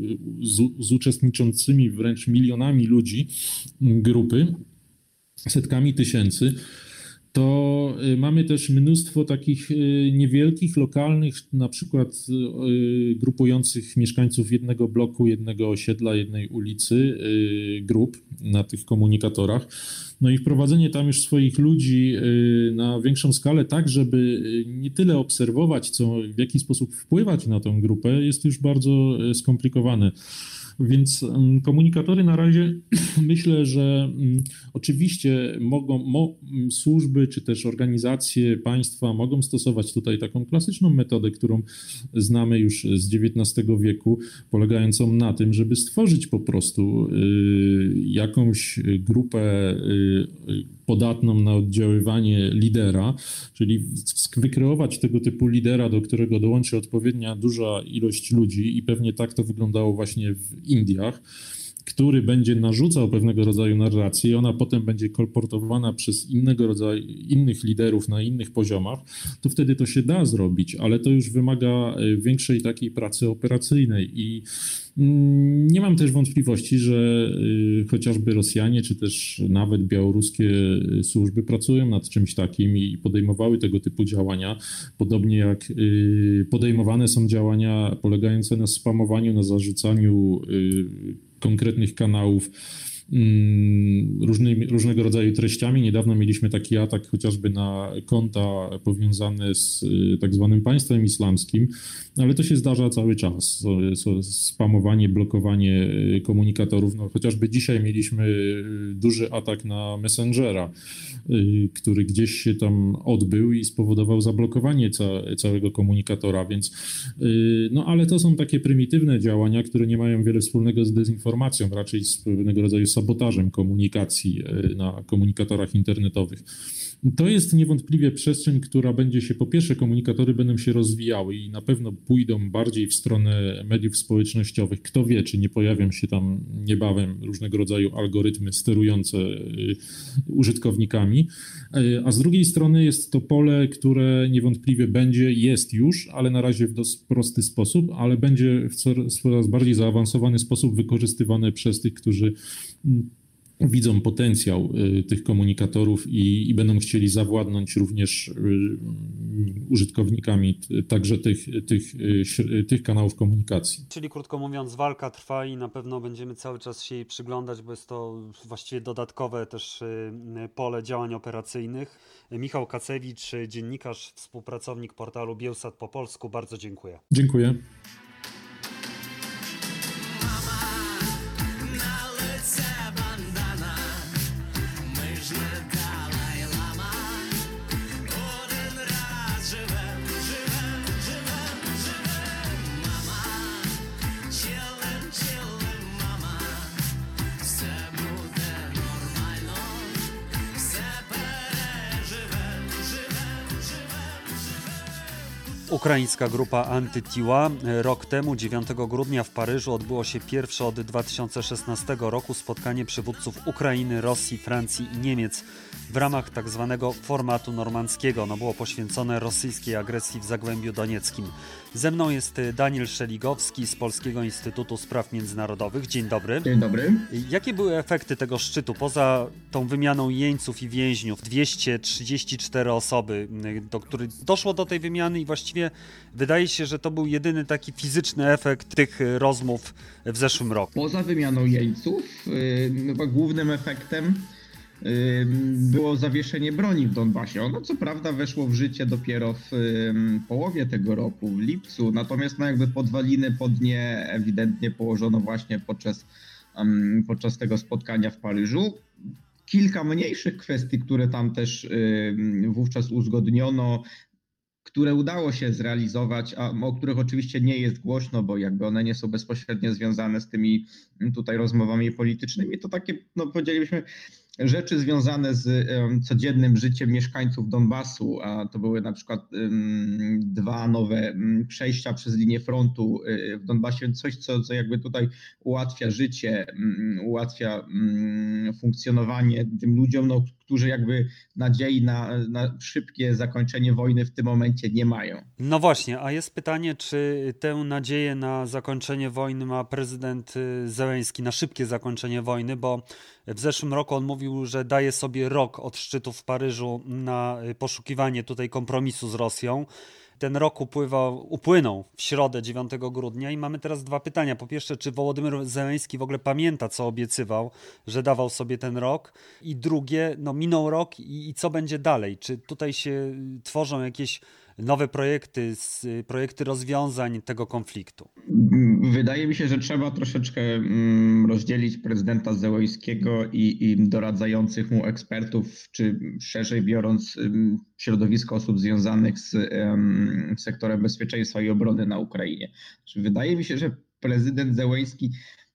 z uczestniczącymi wręcz milionami ludzi grupy, setkami tysięcy, to mamy też mnóstwo takich niewielkich, lokalnych, na przykład grupujących mieszkańców jednego bloku, jednego osiedla, jednej ulicy, grup na tych komunikatorach. No i wprowadzenie tam już swoich ludzi na większą skalę, tak żeby nie tyle obserwować, co w jaki sposób wpływać na tę grupę, jest już bardzo skomplikowane. Więc komunikatory na razie myślę, że oczywiście służby czy też organizacje państwa mogą stosować tutaj taką klasyczną metodę, którą znamy już z XIX wieku, polegającą na tym, żeby stworzyć po prostu jakąś grupę podatną na oddziaływanie lidera, czyli wykreować tego typu lidera, do którego dołączy odpowiednia duża ilość ludzi i pewnie tak to wyglądało właśnie w Indiach, który będzie narzucał pewnego rodzaju narrację i ona potem będzie kolportowana przez innych liderów na innych poziomach, to wtedy to się da zrobić, ale to już wymaga większej takiej pracy operacyjnej i nie mam też wątpliwości, że chociażby Rosjanie, czy też nawet białoruskie służby pracują nad czymś takim i podejmowały tego typu działania, podobnie jak podejmowane są działania polegające na spamowaniu, na zarzucaniu konkretnych kanałów różnego rodzaju treściami. Niedawno mieliśmy taki atak chociażby na konta powiązane z tak zwanym państwem islamskim, ale to się zdarza cały czas. Spamowanie, blokowanie komunikatorów. No, chociażby dzisiaj mieliśmy duży atak na Messengera, który gdzieś się tam odbył i spowodował zablokowanie całego komunikatora, więc ale to są takie prymitywne działania, które nie mają wiele wspólnego z dezinformacją, raczej z pewnego rodzaju sabotażem komunikacji na komunikatorach internetowych. To jest niewątpliwie przestrzeń, która będzie się, po pierwsze, komunikatory będą się rozwijały i na pewno pójdą bardziej w stronę mediów społecznościowych. Kto wie, czy nie pojawią się tam niebawem różnego rodzaju algorytmy sterujące użytkownikami. A z drugiej strony jest to pole, które niewątpliwie jest już, ale na razie w dość prosty sposób, ale będzie w coraz bardziej zaawansowany sposób wykorzystywane przez tych, którzy widzą potencjał tych komunikatorów i będą chcieli zawładnąć również użytkownikami także tych kanałów komunikacji. Czyli krótko mówiąc, walka trwa i na pewno będziemy cały czas się jej przyglądać, bo jest to właściwie dodatkowe też pole działań operacyjnych. Michał Kacewicz, dziennikarz, współpracownik portalu Biełsat po polsku. Bardzo dziękuję. Dziękuję. Ukraińska grupa Antytiła. Rok temu, 9 grudnia w Paryżu odbyło się pierwsze od 2016 roku spotkanie przywódców Ukrainy, Rosji, Francji i Niemiec w ramach tak zwanego formatu normandzkiego. Ono było poświęcone rosyjskiej agresji w Zagłębiu Donieckim. Ze mną jest Daniel Szeligowski z Polskiego Instytutu Spraw Międzynarodowych. Dzień dobry. Dzień dobry. Jakie były efekty tego szczytu? Poza tą wymianą jeńców i więźniów, 234 osoby, do których doszło do tej wymiany i właściwie wydaje się, że to był jedyny taki fizyczny efekt tych rozmów w zeszłym roku. Poza wymianą jeńców, chyba głównym efektem było zawieszenie broni w Donbasie. Ono co prawda weszło w życie dopiero w połowie tego roku, w lipcu, natomiast jakby podwaliny pod nie ewidentnie położono właśnie podczas tego spotkania w Paryżu. Kilka mniejszych kwestii, które tam też wówczas uzgodniono, które udało się zrealizować, a o których oczywiście nie jest głośno, bo jakby one nie są bezpośrednio związane z tymi tutaj rozmowami politycznymi, to takie, powiedzielibyśmy, rzeczy związane z codziennym życiem mieszkańców Donbasu, a to były na przykład 2 nowe przejścia przez linię frontu w Donbasie, więc coś, co jakby tutaj ułatwia życie, ułatwia funkcjonowanie tym ludziom, którzy jakby nadziei na szybkie zakończenie wojny w tym momencie nie mają. No właśnie, a jest pytanie, czy tę nadzieję na zakończenie wojny ma prezydent Zełenski, na szybkie zakończenie wojny, bo w zeszłym roku on mówił, że daje sobie rok od szczytu w Paryżu na poszukiwanie tutaj kompromisu z Rosją. Ten rok upłynął w środę 9 grudnia i mamy teraz 2 pytania. Po pierwsze, czy Wołodymyr Zełenski w ogóle pamięta, co obiecywał, że dawał sobie ten rok? I drugie, minął rok i co będzie dalej? Czy tutaj się tworzą jakieś nowe projekty rozwiązań tego konfliktu? Wydaje mi się, że trzeba troszeczkę rozdzielić prezydenta Zełenskiego i doradzających mu ekspertów, czy szerzej biorąc środowisko osób związanych z sektorem bezpieczeństwa i obrony na Ukrainie. Wydaje mi się, że prezydent Zełenski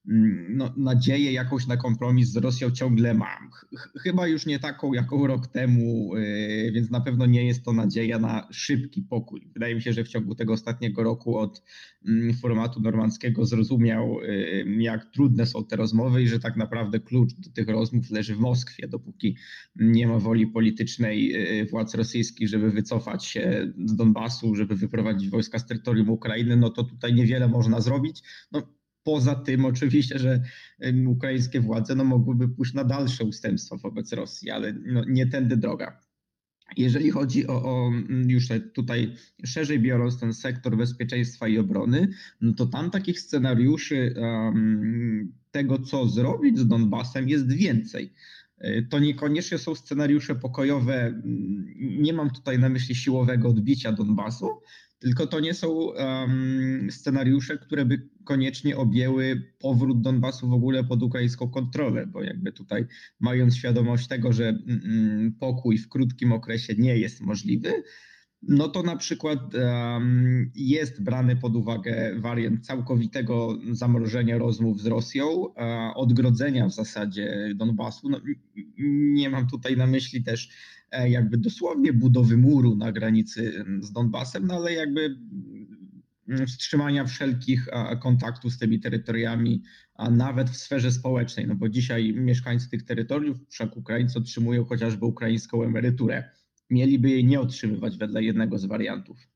nadzieję jakąś na kompromis z Rosją ciągle mam. Chyba już nie taką, jaką rok temu, więc na pewno nie jest to nadzieja na szybki pokój. Wydaje mi się, że w ciągu tego ostatniego roku od formatu normandzkiego zrozumiał, jak trudne są te rozmowy i że tak naprawdę klucz do tych rozmów leży w Moskwie. Dopóki nie ma woli politycznej władz rosyjskich, żeby wycofać się z Donbasu, żeby wyprowadzić wojska z terytorium Ukrainy, to tutaj niewiele można zrobić. Poza tym oczywiście, że ukraińskie władze mogłyby pójść na dalsze ustępstwa wobec Rosji, ale nie tędy droga. Jeżeli chodzi o już tutaj szerzej biorąc ten sektor bezpieczeństwa i obrony, to tam takich scenariuszy tego, co zrobić z Donbasem, jest więcej. To niekoniecznie są scenariusze pokojowe, nie mam tutaj na myśli siłowego odbicia Donbasu, tylko to nie są scenariusze, które by koniecznie objęły powrót Donbasu w ogóle pod ukraińską kontrolę, bo jakby tutaj mając świadomość tego, że pokój w krótkim okresie nie jest możliwy, to na przykład jest brany pod uwagę wariant całkowitego zamrożenia rozmów z Rosją, odgrodzenia w zasadzie Donbasu. Nie mam tutaj na myśli też jakby dosłownie budowy muru na granicy z Donbasem, ale jakby wstrzymania wszelkich kontaktów z tymi terytoriami, a nawet w sferze społecznej, bo dzisiaj mieszkańcy tych terytoriów, wszak Ukraińcy, otrzymują chociażby ukraińską emeryturę. Mieliby jej nie otrzymywać wedle jednego z wariantów.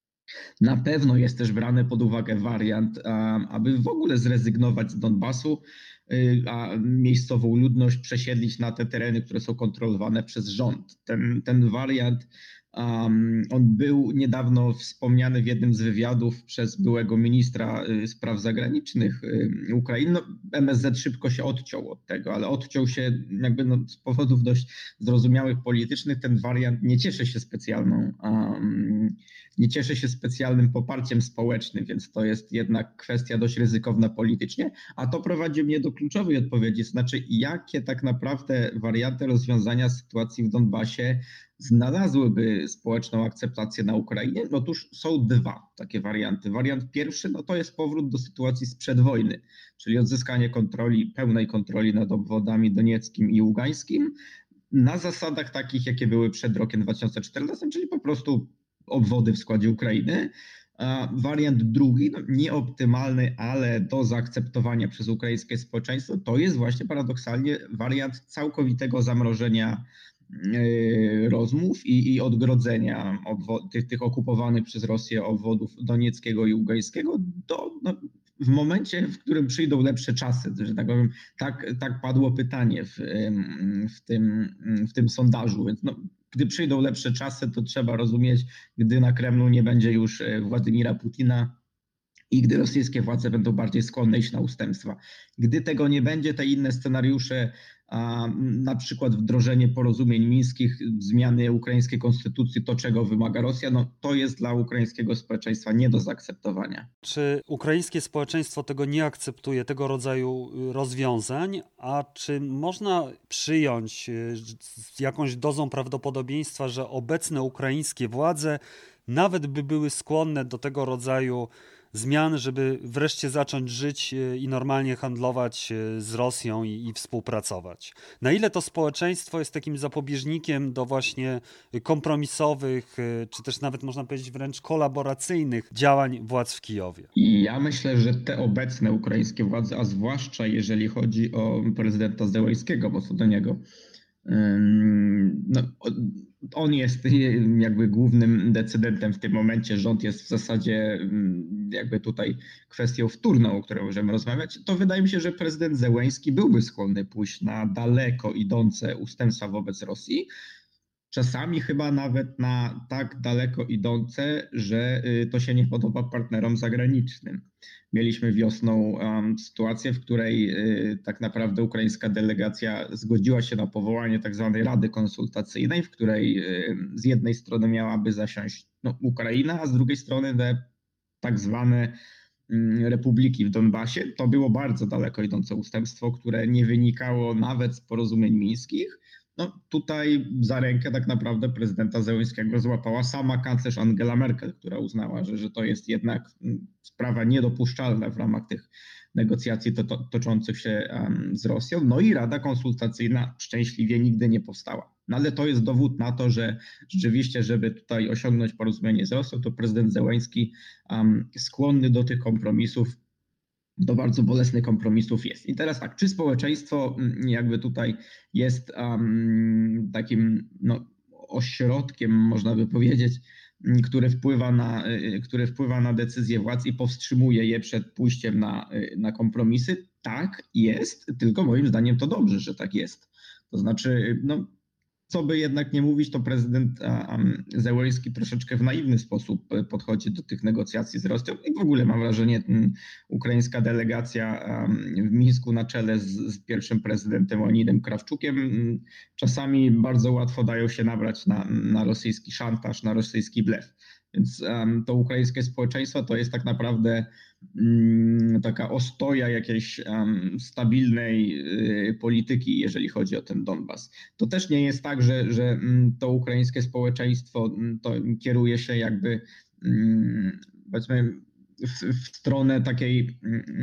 Na pewno jest też brany pod uwagę wariant, aby w ogóle zrezygnować z Donbasu, a miejscową ludność przesiedlić na te tereny, które są kontrolowane przez rząd. Ten wariant, on był niedawno wspomniany w jednym z wywiadów przez byłego ministra spraw zagranicznych Ukrainy. MSZ szybko się odciął od tego, ale odciął się jakby z powodów dość zrozumiałych politycznych. Ten wariant nie cieszy się specjalnym poparciem społecznym, więc to jest jednak kwestia dość ryzykowna politycznie, a to prowadzi mnie do kluczowej odpowiedzi, to znaczy jakie tak naprawdę warianty rozwiązania sytuacji w Donbasie znalazłyby społeczną akceptację na Ukrainie. Otóż są 2 takie warianty. Wariant pierwszy to jest powrót do sytuacji sprzed wojny, czyli odzyskanie pełnej kontroli nad obwodami donieckim i ługańskim na zasadach takich, jakie były przed rokiem 2014, czyli po prostu obwody w składzie Ukrainy. A wariant drugi, no nieoptymalny, ale do zaakceptowania przez ukraińskie społeczeństwo, to jest właśnie paradoksalnie wariant całkowitego zamrożenia rozmów i odgrodzenia tych okupowanych przez Rosję obwodów donieckiego i ługańskiego w momencie, w którym przyjdą lepsze czasy, że tak powiem, tak padło pytanie w tym sondażu, więc gdy przyjdą lepsze czasy, to trzeba rozumieć, gdy na Kremlu nie będzie już Władimira Putina i gdy rosyjskie władze będą bardziej skłonne iść na ustępstwa. Gdy tego nie będzie, te inne scenariusze, na przykład wdrożenie porozumień mińskich, zmiany ukraińskiej konstytucji, to czego wymaga Rosja, to jest dla ukraińskiego społeczeństwa nie do zaakceptowania. Czy ukraińskie społeczeństwo tego nie akceptuje, tego rodzaju rozwiązań, a czy można przyjąć z jakąś dozą prawdopodobieństwa, że obecne ukraińskie władze nawet by były skłonne do tego rodzaju zmian, żeby wreszcie zacząć żyć i normalnie handlować z Rosją i współpracować? Na ile to społeczeństwo jest takim zapobieżnikiem do właśnie kompromisowych, czy też nawet można powiedzieć wręcz kolaboracyjnych działań władz w Kijowie? I ja myślę, że te obecne ukraińskie władze, a zwłaszcza jeżeli chodzi o prezydenta Zełenskiego, bo co do niego, on jest jakby głównym decydentem w tym momencie, rząd jest w zasadzie jakby tutaj kwestią wtórną, o której możemy rozmawiać, to wydaje mi się, że prezydent Zełenski byłby skłonny pójść na daleko idące ustępstwa wobec Rosji, czasami chyba nawet na tak daleko idące, że to się nie podoba partnerom zagranicznym. Mieliśmy wiosną sytuację, w której tak naprawdę ukraińska delegacja zgodziła się na powołanie tak zwanej Rady Konsultacyjnej, w której z jednej strony miałaby zasiąść Ukraina, a z drugiej strony te tak zwane republiki w Donbasie. To było bardzo daleko idące ustępstwo, które nie wynikało nawet z porozumień mińskich. Tutaj za rękę tak naprawdę prezydenta Zełenskiego złapała sama kanclerz Angela Merkel, która uznała, że to jest jednak sprawa niedopuszczalna w ramach tych negocjacji toczących się z Rosją. I Rada Konsultacyjna szczęśliwie nigdy nie powstała. Ale to jest dowód na to, że rzeczywiście, żeby tutaj osiągnąć porozumienie z Rosją, to prezydent Zełenski skłonny do tych kompromisów, do bardzo bolesnych kompromisów jest. I teraz tak, czy społeczeństwo jakby tutaj jest takim ośrodkiem, można by powiedzieć, który wpływa na decyzje władz i powstrzymuje je przed pójściem na kompromisy? Tak, jest, tylko moim zdaniem to dobrze, że tak jest. To znaczy, co by jednak nie mówić, to prezydent Zełenski troszeczkę w naiwny sposób podchodzi do tych negocjacji z Rosją i w ogóle mam wrażenie, ukraińska delegacja w Mińsku na czele z pierwszym prezydentem Leonidem Krawczukiem czasami bardzo łatwo dają się nabrać na rosyjski szantaż, na rosyjski blef. Więc to ukraińskie społeczeństwo to jest tak naprawdę taka ostoja jakiejś stabilnej polityki, jeżeli chodzi o ten Donbas. To też nie jest tak, że to ukraińskie społeczeństwo to kieruje się jakby powiedzmy w stronę takiej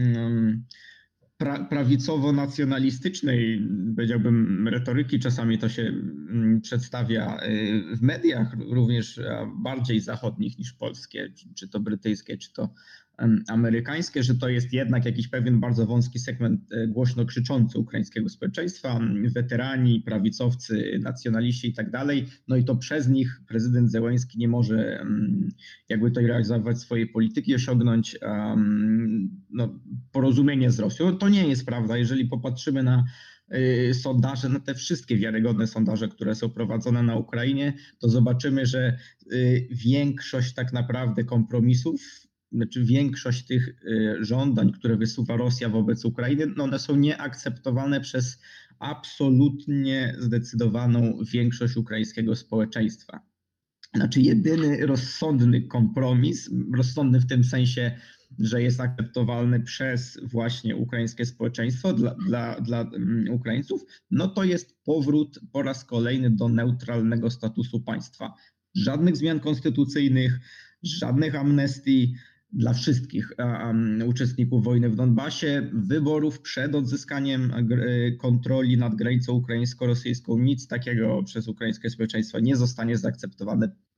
prawicowo-nacjonalistycznej, powiedziałbym, retoryki. Czasami to się przedstawia w mediach, również bardziej zachodnich niż polskie, czy to brytyjskie, czy to amerykańskie, że to jest jednak jakiś pewien bardzo wąski segment głośno krzyczący ukraińskiego społeczeństwa, weterani, prawicowcy, nacjonaliści i tak dalej. I to przez nich prezydent Zełenski nie może jakby tutaj realizować swojej polityki, osiągnąć porozumienie z Rosją. To nie jest prawda. Jeżeli popatrzymy na sondaże, na te wszystkie wiarygodne sondaże, które są prowadzone na Ukrainie, to zobaczymy, że większość tak naprawdę kompromisów, znaczy większość tych żądań, które wysuwa Rosja wobec Ukrainy, one są nieakceptowane przez absolutnie zdecydowaną większość ukraińskiego społeczeństwa. Znaczy jedyny rozsądny kompromis, rozsądny w tym sensie, że jest akceptowalny przez właśnie ukraińskie społeczeństwo dla Ukraińców, to jest powrót po raz kolejny do neutralnego statusu państwa. Żadnych zmian konstytucyjnych, żadnych amnestii dla wszystkich uczestników wojny w Donbasie, wyborów przed odzyskaniem kontroli nad granicą ukraińsko-rosyjską. Nic takiego przez ukraińskie społeczeństwo nie zostanie zaakceptowane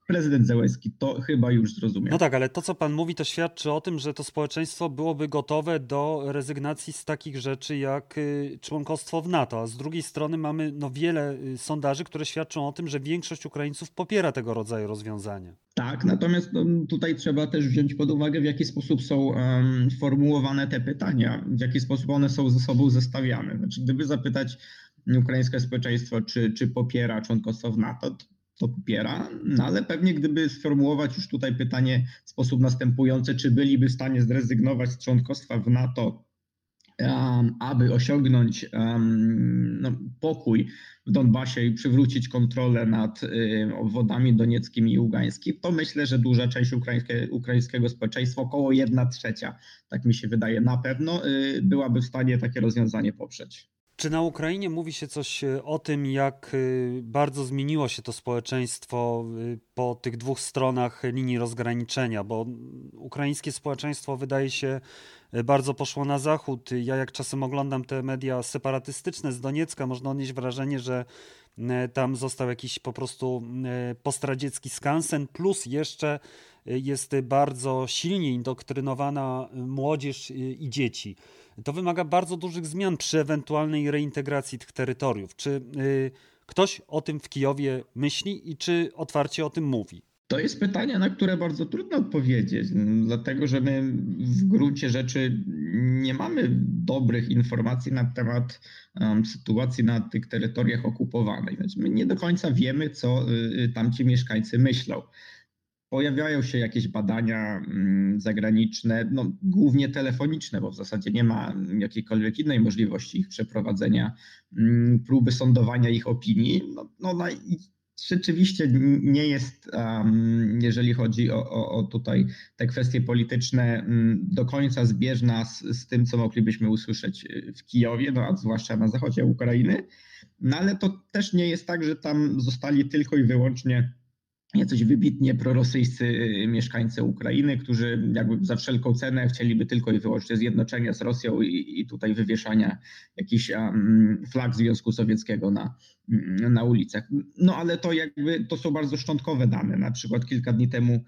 prezydent Zełenski to chyba już zrozumiał. No tak, ale to, co pan mówi, to świadczy o tym, że to społeczeństwo byłoby gotowe do rezygnacji z takich rzeczy jak członkostwo w NATO, a z drugiej strony mamy wiele sondaży, które świadczą o tym, że większość Ukraińców popiera tego rodzaju rozwiązania. Tak, natomiast tutaj trzeba też wziąć pod uwagę, w jaki sposób są formułowane te pytania, w jaki sposób one są ze sobą zestawiane. Znaczy, gdyby zapytać ukraińskie społeczeństwo, czy popiera członkostwo w NATO, to popiera, no ale pewnie gdyby sformułować już tutaj pytanie w sposób następujący, czy byliby w stanie zrezygnować z członkostwa w NATO, aby osiągnąć pokój w Donbasie i przywrócić kontrolę nad obwodami donieckim i ługańskim, to myślę, że duża część ukraińskiego społeczeństwa, około 1/3, tak mi się wydaje, na pewno byłaby w stanie takie rozwiązanie poprzeć. Czy na Ukrainie mówi się coś o tym, jak bardzo zmieniło się to społeczeństwo po tych dwóch stronach linii rozgraniczenia? Bo ukraińskie społeczeństwo wydaje się bardzo poszło na zachód. Ja jak czasem oglądam te media separatystyczne z Doniecka, można odnieść wrażenie, że tam został jakiś po prostu postradziecki skansen, plus jeszcze jest bardzo silnie indoktrynowana młodzież i dzieci. To wymaga bardzo dużych zmian przy ewentualnej reintegracji tych terytoriów. Czy ktoś o tym w Kijowie myśli i czy otwarcie o tym mówi? To jest pytanie, na które bardzo trudno odpowiedzieć, dlatego że my w gruncie rzeczy nie mamy dobrych informacji na temat sytuacji na tych terytoriach okupowanych. Znaczy, my nie do końca wiemy, co tamci mieszkańcy myślą. Pojawiają się jakieś badania zagraniczne, głównie telefoniczne, bo w zasadzie nie ma jakiejkolwiek innej możliwości ich przeprowadzenia, próby sondowania ich opinii. Rzeczywiście nie jest, jeżeli chodzi o tutaj te kwestie polityczne, do końca zbieżna z tym, co moglibyśmy usłyszeć w Kijowie, a zwłaszcza na zachodzie Ukrainy. No ale to też nie jest tak, że tam zostali tylko i wyłącznie jacyś wybitnie prorosyjscy mieszkańcy Ukrainy, którzy jakby za wszelką cenę chcieliby tylko i wyłącznie zjednoczenia z Rosją i tutaj wywieszania jakichś flag Związku Sowieckiego na ulicach. No ale to są bardzo szczątkowe dane. Na przykład kilka dni temu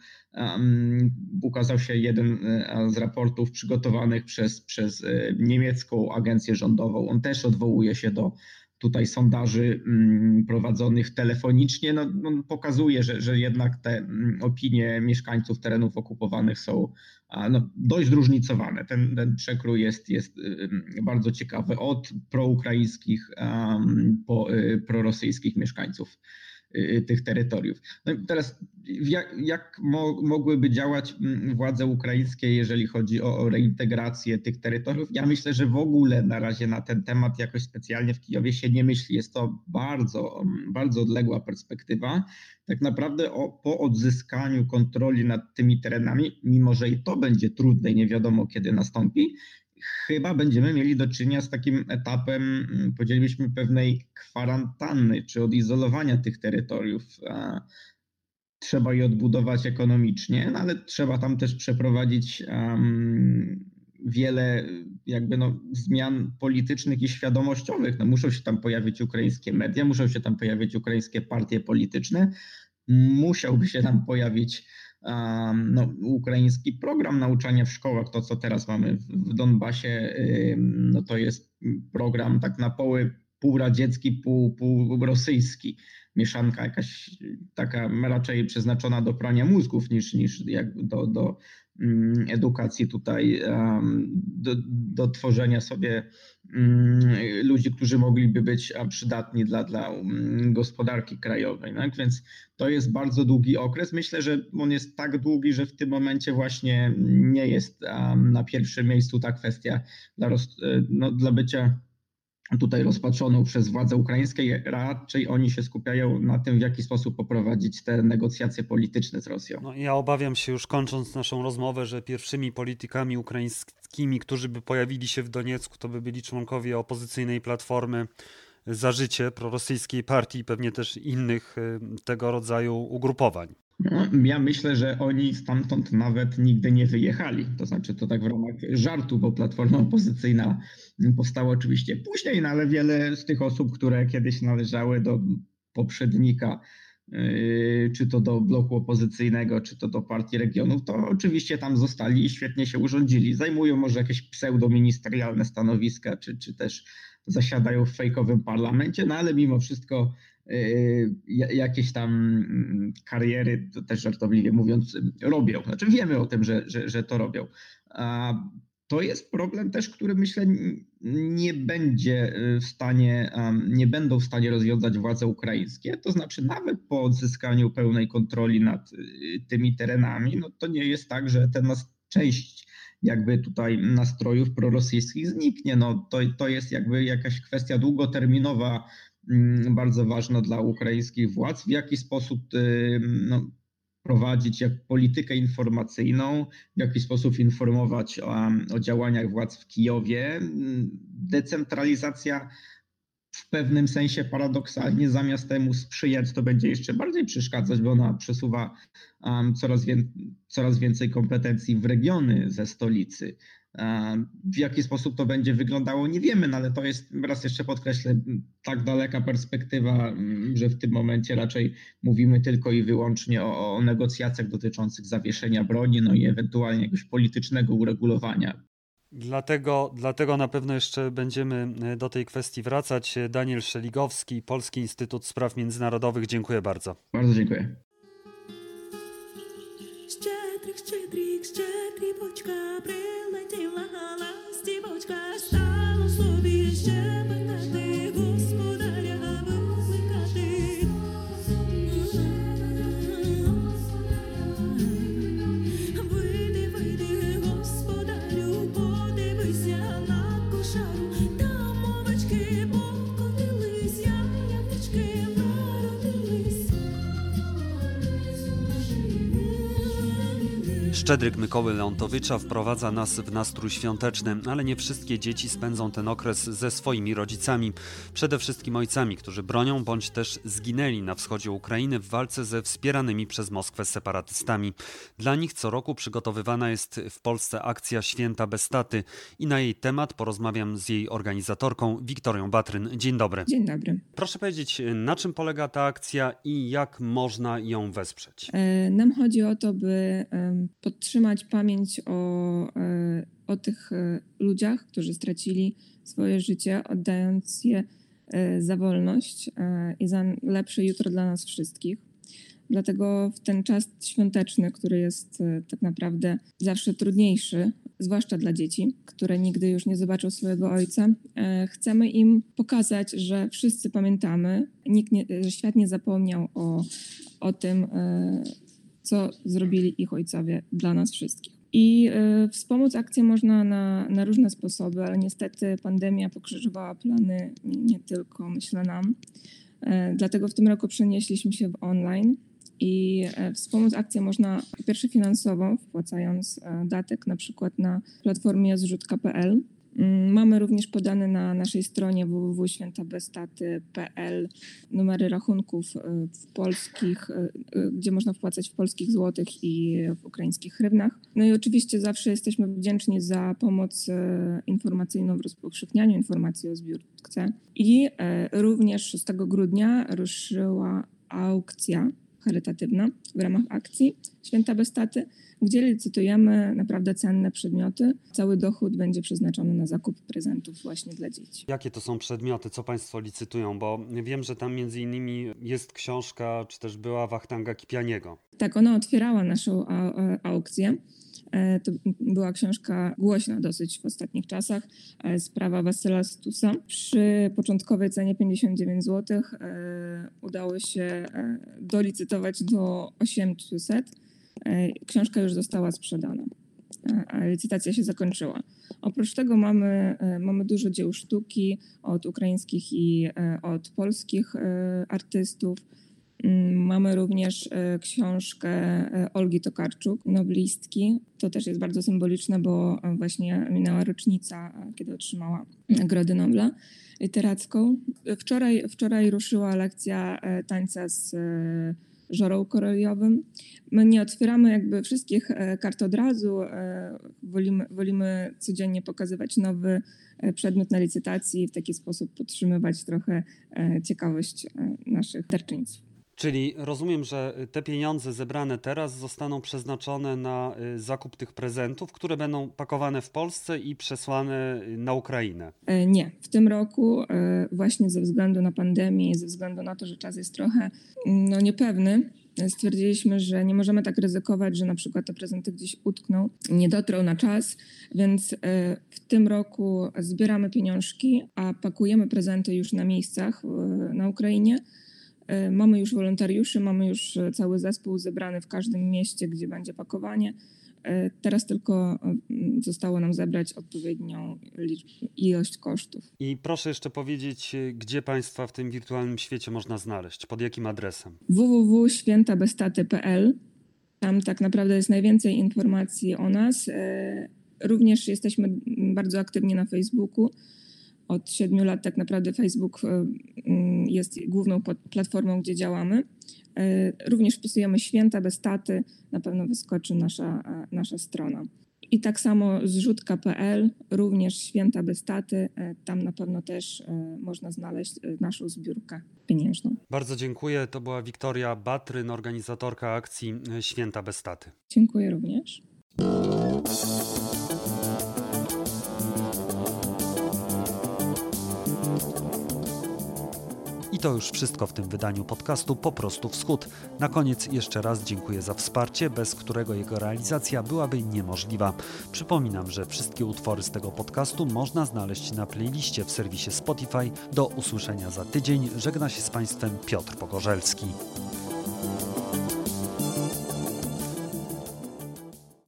ukazał się jeden z raportów przygotowanych przez niemiecką agencję rządową. On też odwołuje się do tutaj sondaży prowadzonych telefonicznie, pokazuje, że jednak te opinie mieszkańców terenów okupowanych są dość zróżnicowane. Ten przekrój jest bardzo ciekawy, od proukraińskich po prorosyjskich mieszkańców tych terytoriów. No i teraz jak mogłyby działać władze ukraińskie, jeżeli chodzi o reintegrację tych terytoriów? Ja myślę, że w ogóle na razie na ten temat jakoś specjalnie w Kijowie się nie myśli. Jest to bardzo, bardzo odległa perspektywa. Tak naprawdę po odzyskaniu kontroli nad tymi terenami, mimo że i to będzie trudne i nie wiadomo kiedy nastąpi, chyba będziemy mieli do czynienia z takim etapem, powiedzielibyśmy, pewnej kwarantanny czy odizolowania tych terytoriów. Trzeba je odbudować ekonomicznie, ale trzeba tam też przeprowadzić wiele zmian politycznych i świadomościowych. Muszą się tam pojawić ukraińskie media, muszą się tam pojawić ukraińskie partie polityczne, musiałby się tam pojawić ukraiński program nauczania w szkołach. To, co teraz mamy w Donbasie, to jest program tak na pół radziecki, pół rosyjski. Mieszanka jakaś taka raczej przeznaczona do prania mózgów niż do edukacji tutaj, do tworzenia sobie ludzi, którzy mogliby być przydatni dla gospodarki krajowej. Tak? Więc to jest bardzo długi okres. Myślę, że on jest tak długi, że w tym momencie właśnie nie jest na pierwszym miejscu ta kwestia dla bycia tutaj rozpatrzoną przez władze ukraińskie. Raczej oni się skupiają na tym, w jaki sposób poprowadzić te negocjacje polityczne z Rosją. Ja obawiam się, już kończąc naszą rozmowę, że pierwszymi politykami ukraińskimi, którzy by pojawili się w Doniecku, to by byli członkowie opozycyjnej Platformy Za Życie, prorosyjskiej partii i pewnie też innych tego rodzaju ugrupowań. Ja myślę, że oni stamtąd nawet nigdy nie wyjechali. To znaczy to tak w ramach żartu, bo Platforma Opozycyjna powstała oczywiście później, ale wiele z tych osób, które kiedyś należały do poprzednika czy to do bloku opozycyjnego, czy to do Partii Regionów, to oczywiście tam zostali i świetnie się urządzili. Zajmują może jakieś pseudoministerialne stanowiska, czy też zasiadają w fejkowym parlamencie, no ale mimo wszystko jakieś tam kariery, to też żartobliwie mówiąc, robią. Znaczy wiemy o tym, że to robią. To jest problem też, który myślę nie będą w stanie rozwiązać władze ukraińskie. To znaczy nawet po odzyskaniu pełnej kontroli nad tymi terenami, no to nie jest tak, że część jakby tutaj nastrojów prorosyjskich zniknie. No to jest jakby jakaś kwestia długoterminowa, bardzo ważna dla ukraińskich władz, w jaki sposób prowadzić politykę informacyjną, w jaki sposób informować o działaniach władz w Kijowie. Decentralizacja w pewnym sensie paradoksalnie zamiast temu sprzyjać, to będzie jeszcze bardziej przeszkadzać, bo ona przesuwa coraz więcej kompetencji w regiony ze stolicy. W jaki sposób to będzie wyglądało, nie wiemy, no ale to jest, raz jeszcze podkreślę, tak daleka perspektywa, że w tym momencie raczej mówimy tylko i wyłącznie o negocjacjach dotyczących zawieszenia broni, no i ewentualnie jakiegoś politycznego uregulowania. Dlatego na pewno jeszcze będziemy do tej kwestii wracać. Daniel Szeligowski, Polski Instytut Spraw Międzynarodowych. Dziękuję bardzo. Bardzo dziękuję. Щедрик, прилетіла ластівочка, стало собі щебетати, господаря викликати. Вийди, господарю, подивися на кошару, там овечки покотились, ягнячки народились. Szczedryk Mykoły Leontowicza wprowadza nas w nastrój świąteczny, ale nie wszystkie dzieci spędzą ten okres ze swoimi rodzicami. Przede wszystkim ojcami, którzy bronią bądź też zginęli na wschodzie Ukrainy w walce ze wspieranymi przez Moskwę separatystami. Dla nich co roku przygotowywana jest w Polsce akcja Święta bez taty i na jej temat porozmawiam z jej organizatorką Wiktorią Batryn. Dzień dobry. Dzień dobry. Proszę powiedzieć, na czym polega ta akcja i jak można ją wesprzeć? Nam chodzi o to, by podtrzymać pamięć o tych ludziach, którzy stracili swoje życie, oddając je za wolność i za lepsze jutro dla nas wszystkich. Dlatego w ten czas świąteczny, który jest tak naprawdę zawsze trudniejszy, zwłaszcza dla dzieci, które nigdy już nie zobaczą swojego ojca, chcemy im pokazać, że wszyscy pamiętamy, że świat nie zapomniał o tym, co zrobili ich ojcowie dla nas wszystkich. I wspomóc akcję można na różne sposoby, ale niestety pandemia pokrzyżowała plany nie tylko, myślę, nam. Dlatego w tym roku przenieśliśmy się w online i wspomóc akcję można po pierwsze finansowo, wpłacając datek na przykład na platformie zrzutka.pl. Mamy również podane na naszej stronie www.świętabeztaty.pl numery rachunków w polskich, gdzie można wpłacać w polskich złotych i w ukraińskich hrywnach. No i oczywiście zawsze jesteśmy wdzięczni za pomoc informacyjną w rozpowszechnianiu informacji o zbiórce. I również 6 grudnia ruszyła aukcja charytatywna w ramach akcji Święta bez taty, gdzie licytujemy naprawdę cenne przedmioty. Cały dochód będzie przeznaczony na zakup prezentów właśnie dla dzieci. Jakie to są przedmioty, co Państwo licytują? Bo wiem, że tam między innymi jest książka, czy też była Wachtanga Kipianiego. Tak, ona otwierała naszą aukcję. To była książka głośna dosyć w ostatnich czasach, sprawa Wasyla Stusa. Przy początkowej cenie 59 zł udało się dolicytować do 800. Książka już została sprzedana, a licytacja się zakończyła. Oprócz tego mamy dużo dzieł sztuki od ukraińskich i od polskich artystów. Mamy również książkę Olgi Tokarczuk, noblistki. To też jest bardzo symboliczne, bo właśnie minęła rocznica, kiedy otrzymała Nagrodę Nobla literacką. Wczoraj ruszyła lekcja tańca z żorą koraliowym. My nie otwieramy jakby wszystkich kart od razu. Wolimy codziennie pokazywać nowy przedmiot na licytacji i w taki sposób podtrzymywać trochę ciekawość naszych darczyńców. Czyli rozumiem, że te pieniądze zebrane teraz zostaną przeznaczone na zakup tych prezentów, które będą pakowane w Polsce i przesłane na Ukrainę. Nie, w tym roku właśnie ze względu na pandemię, ze względu na to, że czas jest trochę niepewny, stwierdziliśmy, że nie możemy tak ryzykować, że na przykład te prezenty gdzieś utkną, nie dotrą na czas, więc w tym roku zbieramy pieniążki, a pakujemy prezenty już na miejscach na Ukrainie. Mamy już wolontariuszy, mamy już cały zespół zebrany w każdym mieście, gdzie będzie pakowanie. Teraz tylko zostało nam zebrać odpowiednią ilość kosztów. I proszę jeszcze powiedzieć, gdzie Państwa w tym wirtualnym świecie można znaleźć, pod jakim adresem? www.świętabestaty.pl. Tam tak naprawdę jest najwięcej informacji o nas. Również jesteśmy bardzo aktywni na Facebooku. Od 7 lat tak naprawdę Facebook jest główną platformą, gdzie działamy. Również wpisujemy Święta bez taty, na pewno wyskoczy nasza strona. I tak samo zrzutka.pl, również Święta bez taty, tam na pewno też można znaleźć naszą zbiórkę pieniężną. Bardzo dziękuję. To była Wiktoria Batryn, organizatorka akcji Święta bez taty. Dziękuję również. I to już wszystko w tym wydaniu podcastu Po prostu Wschód. Na koniec jeszcze raz dziękuję za wsparcie, bez którego jego realizacja byłaby niemożliwa. Przypominam, że wszystkie utwory z tego podcastu można znaleźć na playliście w serwisie Spotify. Do usłyszenia za tydzień. Żegna się z Państwem Piotr Pogorzelski.